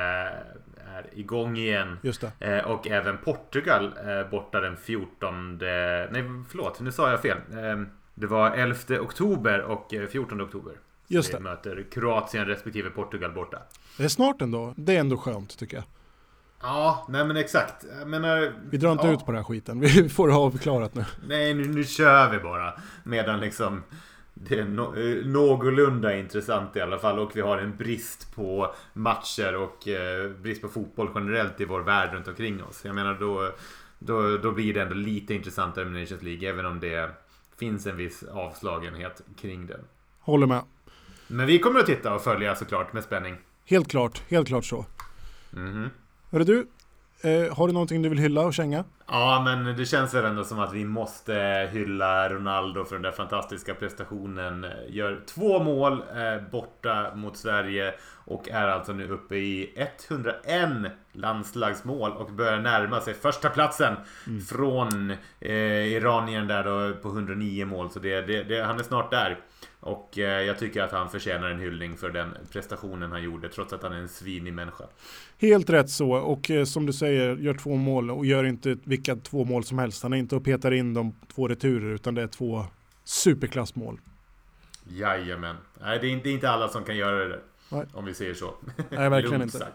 är igång igen. Just det. Och även Portugal borta den 14. Nej, förlåt, nu sa jag fel. Det var 11 oktober och 14 oktober. Just det. Vi möter Kroatien respektive Portugal borta. Det är snart ändå. Det är ändå skönt tycker jag. Ja, nej men exakt. Jag menar, vi drar inte ut på den här skiten. Vi får det avklarat nu. Nej, nu kör vi bara. Medan liksom det är någorlunda intressant i alla fall, och vi har en brist på matcher och brist på fotboll generellt i vår värld runt omkring oss. Jag menar då blir det ändå lite intressantare med Nations League, även om det finns en viss avslagenhet kring det. Håller med. Men vi kommer att titta och följa såklart med spänning. Helt klart så. Hörru du, har du någonting du vill hylla och känga? Ja, men det känns väl ändå som att vi måste hylla Ronaldo för den där fantastiska prestationen. Gör 2 mål borta mot Sverige och är alltså nu uppe i 101 landslagsmål och börjar närma sig första platsen från Iranien där då på 109 mål. Så han är snart där. Och jag tycker att han förtjänar en hyllning för den prestationen han gjorde, trots att han är en svinig människa. Helt rätt så, och som du säger, gör 2 mål och gör inte vilka 2 mål som helst. Han är inte och petar in de 2 returer, utan det är 2 superklassmål. Jajamän. Nej, det är inte alla som kan göra det. Nej. Om vi säger så. Nej, verkligen inte.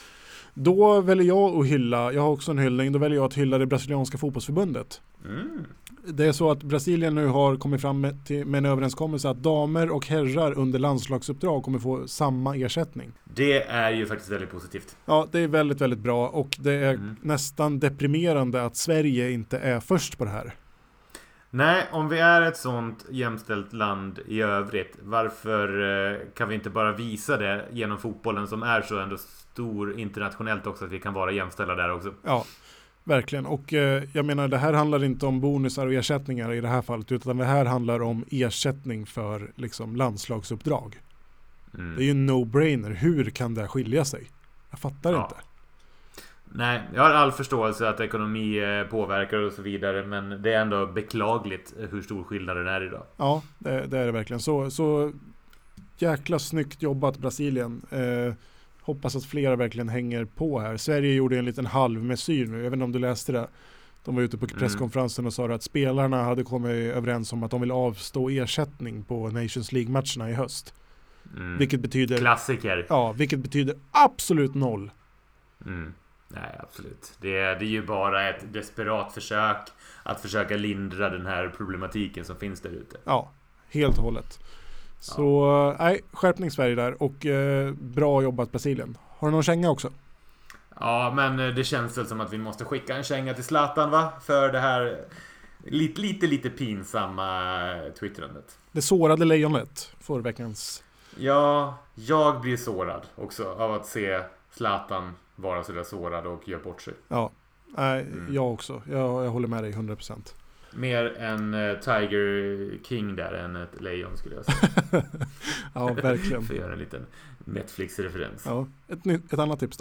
Då väljer jag att hylla, jag har också en hyllning, då väljer jag att hylla det brasilianska fotbollsförbundet. Det är så att Brasilien nu har kommit fram med en överenskommelse att damer och herrar under landslagsuppdrag kommer få samma ersättning. Det är ju faktiskt väldigt positivt. Ja, det är väldigt, väldigt bra, och det är nästan deprimerande att Sverige inte är först på det här. Nej, om vi är ett sånt jämställt land i övrigt, varför kan vi inte bara visa det genom fotbollen som är så ändå stor internationellt också, att vi kan vara jämställda där också? Ja, verkligen. Och jag menar, det här handlar inte om bonusar och ersättningar i det här fallet, utan det här handlar om ersättning för liksom landslagsuppdrag. Det är ju en no-brainer. Hur kan det skilja sig? Jag fattar inte. Nej, jag har all förståelse att ekonomi påverkar och så vidare, men det är ändå beklagligt hur stor skillnaden är idag. Ja, det är det verkligen. Så jäkla snyggt jobbat Brasilien. Hoppas att flera verkligen hänger på här. Sverige gjorde en liten halvmesyr nu, även om du läste det. De var ute på presskonferensen och sa att spelarna hade kommit överens om att de vill avstå ersättning på Nations League-matcherna i höst. Vilket betyder... Klassiker. Ja, vilket betyder absolut 0. Nej, absolut. Det är ju bara ett desperat försök att försöka lindra den här problematiken som finns där ute. Ja, helt och hållet. Så skärpning Sverige där, och bra jobbat Brasilien. Har du någon känga också? Ja, men det känns väl som att vi måste skicka en känga till Zlatan, va? För det här lite pinsamma twittrandet. Det sårade lejonet för veckans... Ja, jag blir sårad också av att se Zlatan vara så där sårad och gör bort sig. Ja, jag också. Jag håller med dig 100%. Mer en Tiger King där än ett lejon skulle jag säga. Ja, verkligen. För att göra en liten Netflix-referens. Ja, ett annat tips då.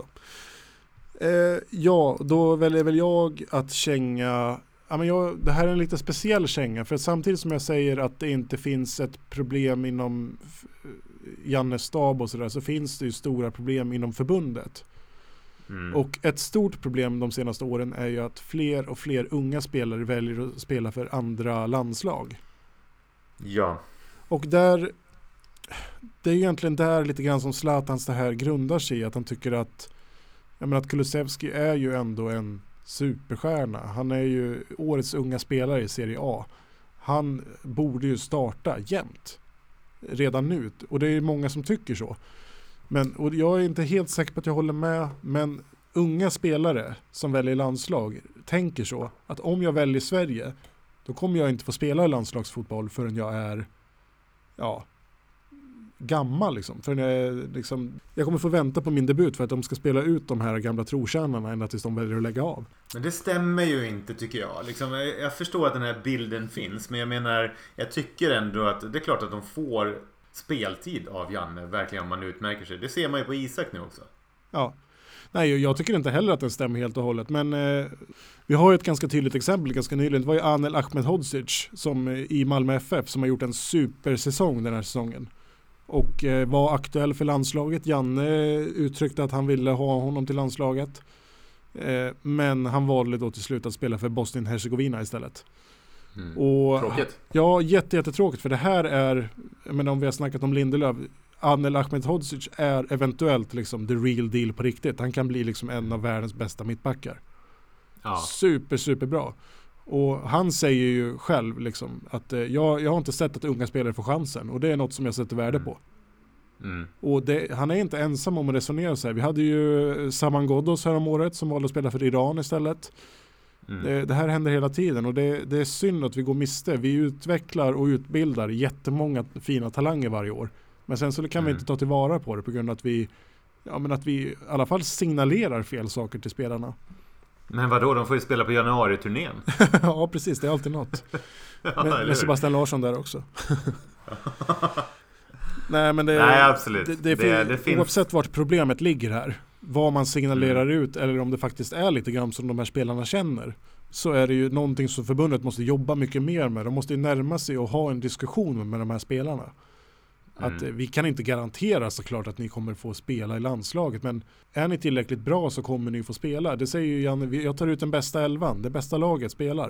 Ja, då väljer väl jag att känga. Ja, men det här är en lite speciell känga, för samtidigt som jag säger att det inte finns ett problem inom Jannes stab och sådär, så finns det ju stora problem inom förbundet. Och ett stort problem de senaste åren är ju att fler och fler unga spelare väljer att spela för andra landslag. Ja. Och det är egentligen där lite grann som Zlatans det här grundar sig, att han tycker att Kulusevski är ju ändå en superstjärna. Han är ju årets unga spelare i Serie A. Han borde ju starta jämt redan nu, och det är många som tycker så. Och jag är inte helt säker på att jag håller med, men unga spelare som väljer landslag tänker så, att om jag väljer Sverige, då kommer jag inte få spela i landslagsfotboll förrän jag är gammal liksom. Jag kommer få vänta på min debut för att de ska spela ut de här gamla trotjänarna ända tills de väljer att lägga av. Men det stämmer ju inte, tycker jag. Jag förstår att den här bilden finns, men jag tycker ändå att det är klart att de får speltid av Janne, verkligen, om man utmärker sig. Det ser man ju på Isak nu också. Ja. Nej, jag tycker inte heller att den stämmer helt och hållet, men vi har ju ett ganska tydligt exempel ganska nyligen. Det var ju Anel Ahmedhodzic som i Malmö FF som har gjort en supersäsong den här säsongen. Och var aktuell för landslaget. Janne uttryckte att han ville ha honom till landslaget. Men han valde då till slut att spela för Bosnien-Hercegovina istället. Tråkigt. Ja, jättetråkigt, för det här är, om vi har snackat om Lindelöf, Anel Ahmedhodzic är eventuellt liksom the real deal på riktigt. Han kan bli liksom en av världens bästa mittbackar. Ja. Superbra. Och han säger ju själv liksom att jag har inte sett att unga spelare får chansen, och det är något som jag sätter värde på. Och han är inte ensam om att resonera så här. Vi hade ju Saman Ghoddos här om året som valde att spela för Iran istället. Det här händer hela tiden, och det är synd att vi går miste. Vi utvecklar och utbildar jättemånga fina talanger varje år, men sen så kan vi inte ta tillvara på det på grund av att vi i alla fall signalerar fel saker till spelarna. Men vadå, de får ju spela på januari-turnén. Ja, precis, det är alltid något. Med Sebastian Larsson där också. Nej, men nej, absolut. Det finns... Oavsett vart problemet ligger här, vad man signalerar ut, eller om det faktiskt är lite grann som de här spelarna känner, så är det ju någonting som förbundet måste jobba mycket mer med. De måste ju närma sig och ha en diskussion med de här spelarna. Att vi kan inte garantera såklart att ni kommer få spela i landslaget, men är ni tillräckligt bra så kommer ni få spela. Det säger ju Janne, jag tar ut den bästa elvan, det bästa laget spelar.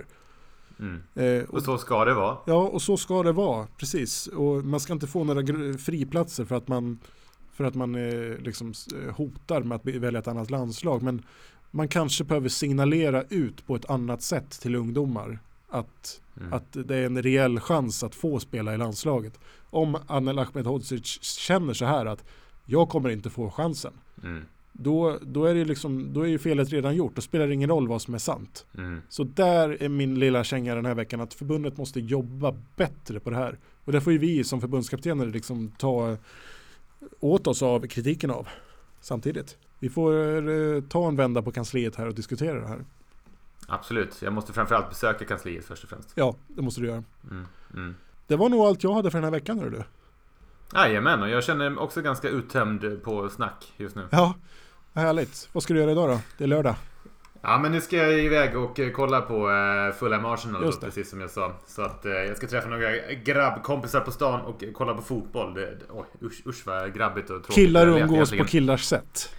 Och så ska det vara. Ja, och så ska det vara, precis. Och man ska inte få några friplatser för att man liksom hotar med att välja ett annat landslag, men man kanske behöver signalera ut på ett annat sätt till ungdomar att det är en reell chans att få spela i landslaget. Om Anel Ahmedhodzic känner så här att jag kommer inte få chansen, då är ju felet redan gjort. Då spelar det ingen roll vad som är sant. Så där är min lilla känga den här veckan, att förbundet måste jobba bättre på det här. Och det får ju vi som förbundskaptener liksom ta åt oss av kritiken av samtidigt. Vi får ta en vända på kansliet här och diskutera det här. Absolut, jag måste framförallt besöka kansliet först och främst. Ja, det måste du göra. Det var nog allt jag hade för den här veckan, hör du. Jajamän, och jag känner också ganska uttömd på snack just nu. Ja, härligt. Vad ska du göra idag då? Det är lördag. Ja, men nu ska jag iväg och kolla på Fulham Arsenal då, precis som jag sa. Så att jag ska träffa några grabbkompisar på stan och kolla på fotboll. Usch vad grabbigt och tråkigt. Killar umgås på killars sätt.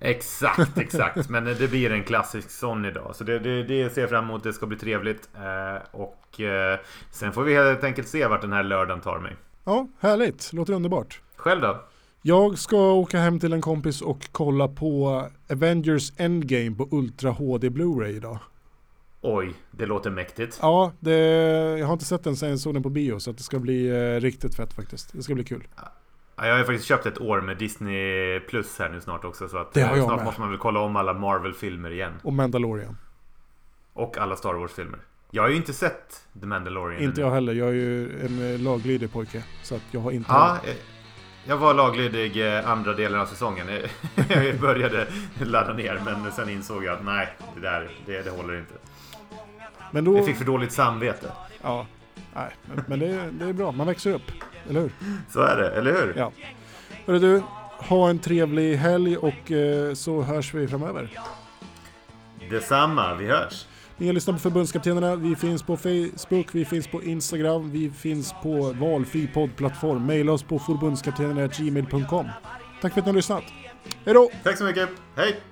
Exakt. Men det blir en klassisk sån idag. Så det ser jag fram emot. Det ska bli trevligt. Och sen får vi helt enkelt se vart den här lördagen tar mig. Ja, härligt. Låter underbart. Själv då? Jag ska åka hem till en kompis och kolla på Avengers Endgame på Ultra HD Blu-ray idag. Oj, det låter mäktigt. Ja, jag har inte sett den sen jag såg den på bio, så att det ska bli riktigt fett faktiskt. Det ska bli kul. Ja, jag har faktiskt köpt ett år med Disney Plus här nu snart också, så att snart måste man väl kolla om alla Marvel-filmer igen. Och Mandalorian. Och alla Star Wars-filmer. Jag har ju inte sett The Mandalorian. Inte jag heller. Jag är ju en laglydig pojke, så att jag har inte... Ja, jag var laglydig andra delen av säsongen. Jag började ladda ner, men sen insåg jag att nej, det håller inte. Men då... Jag fick för dåligt samvete. Ja, nej, men det är bra. Man växer upp, eller hur? Så är det, eller hur? Ja. Hörru du, ha en trevlig helg och så hörs vi framöver. Detsamma, vi hörs. Ni har lyssnat på Förbundskaptenerna. Vi finns på Facebook, vi finns på Instagram, vi finns på valfri poddplattform. Maila oss på förbundskaptenerna@gmail.com. Tack för att ni har lyssnat. Hej då! Tack så mycket, hej!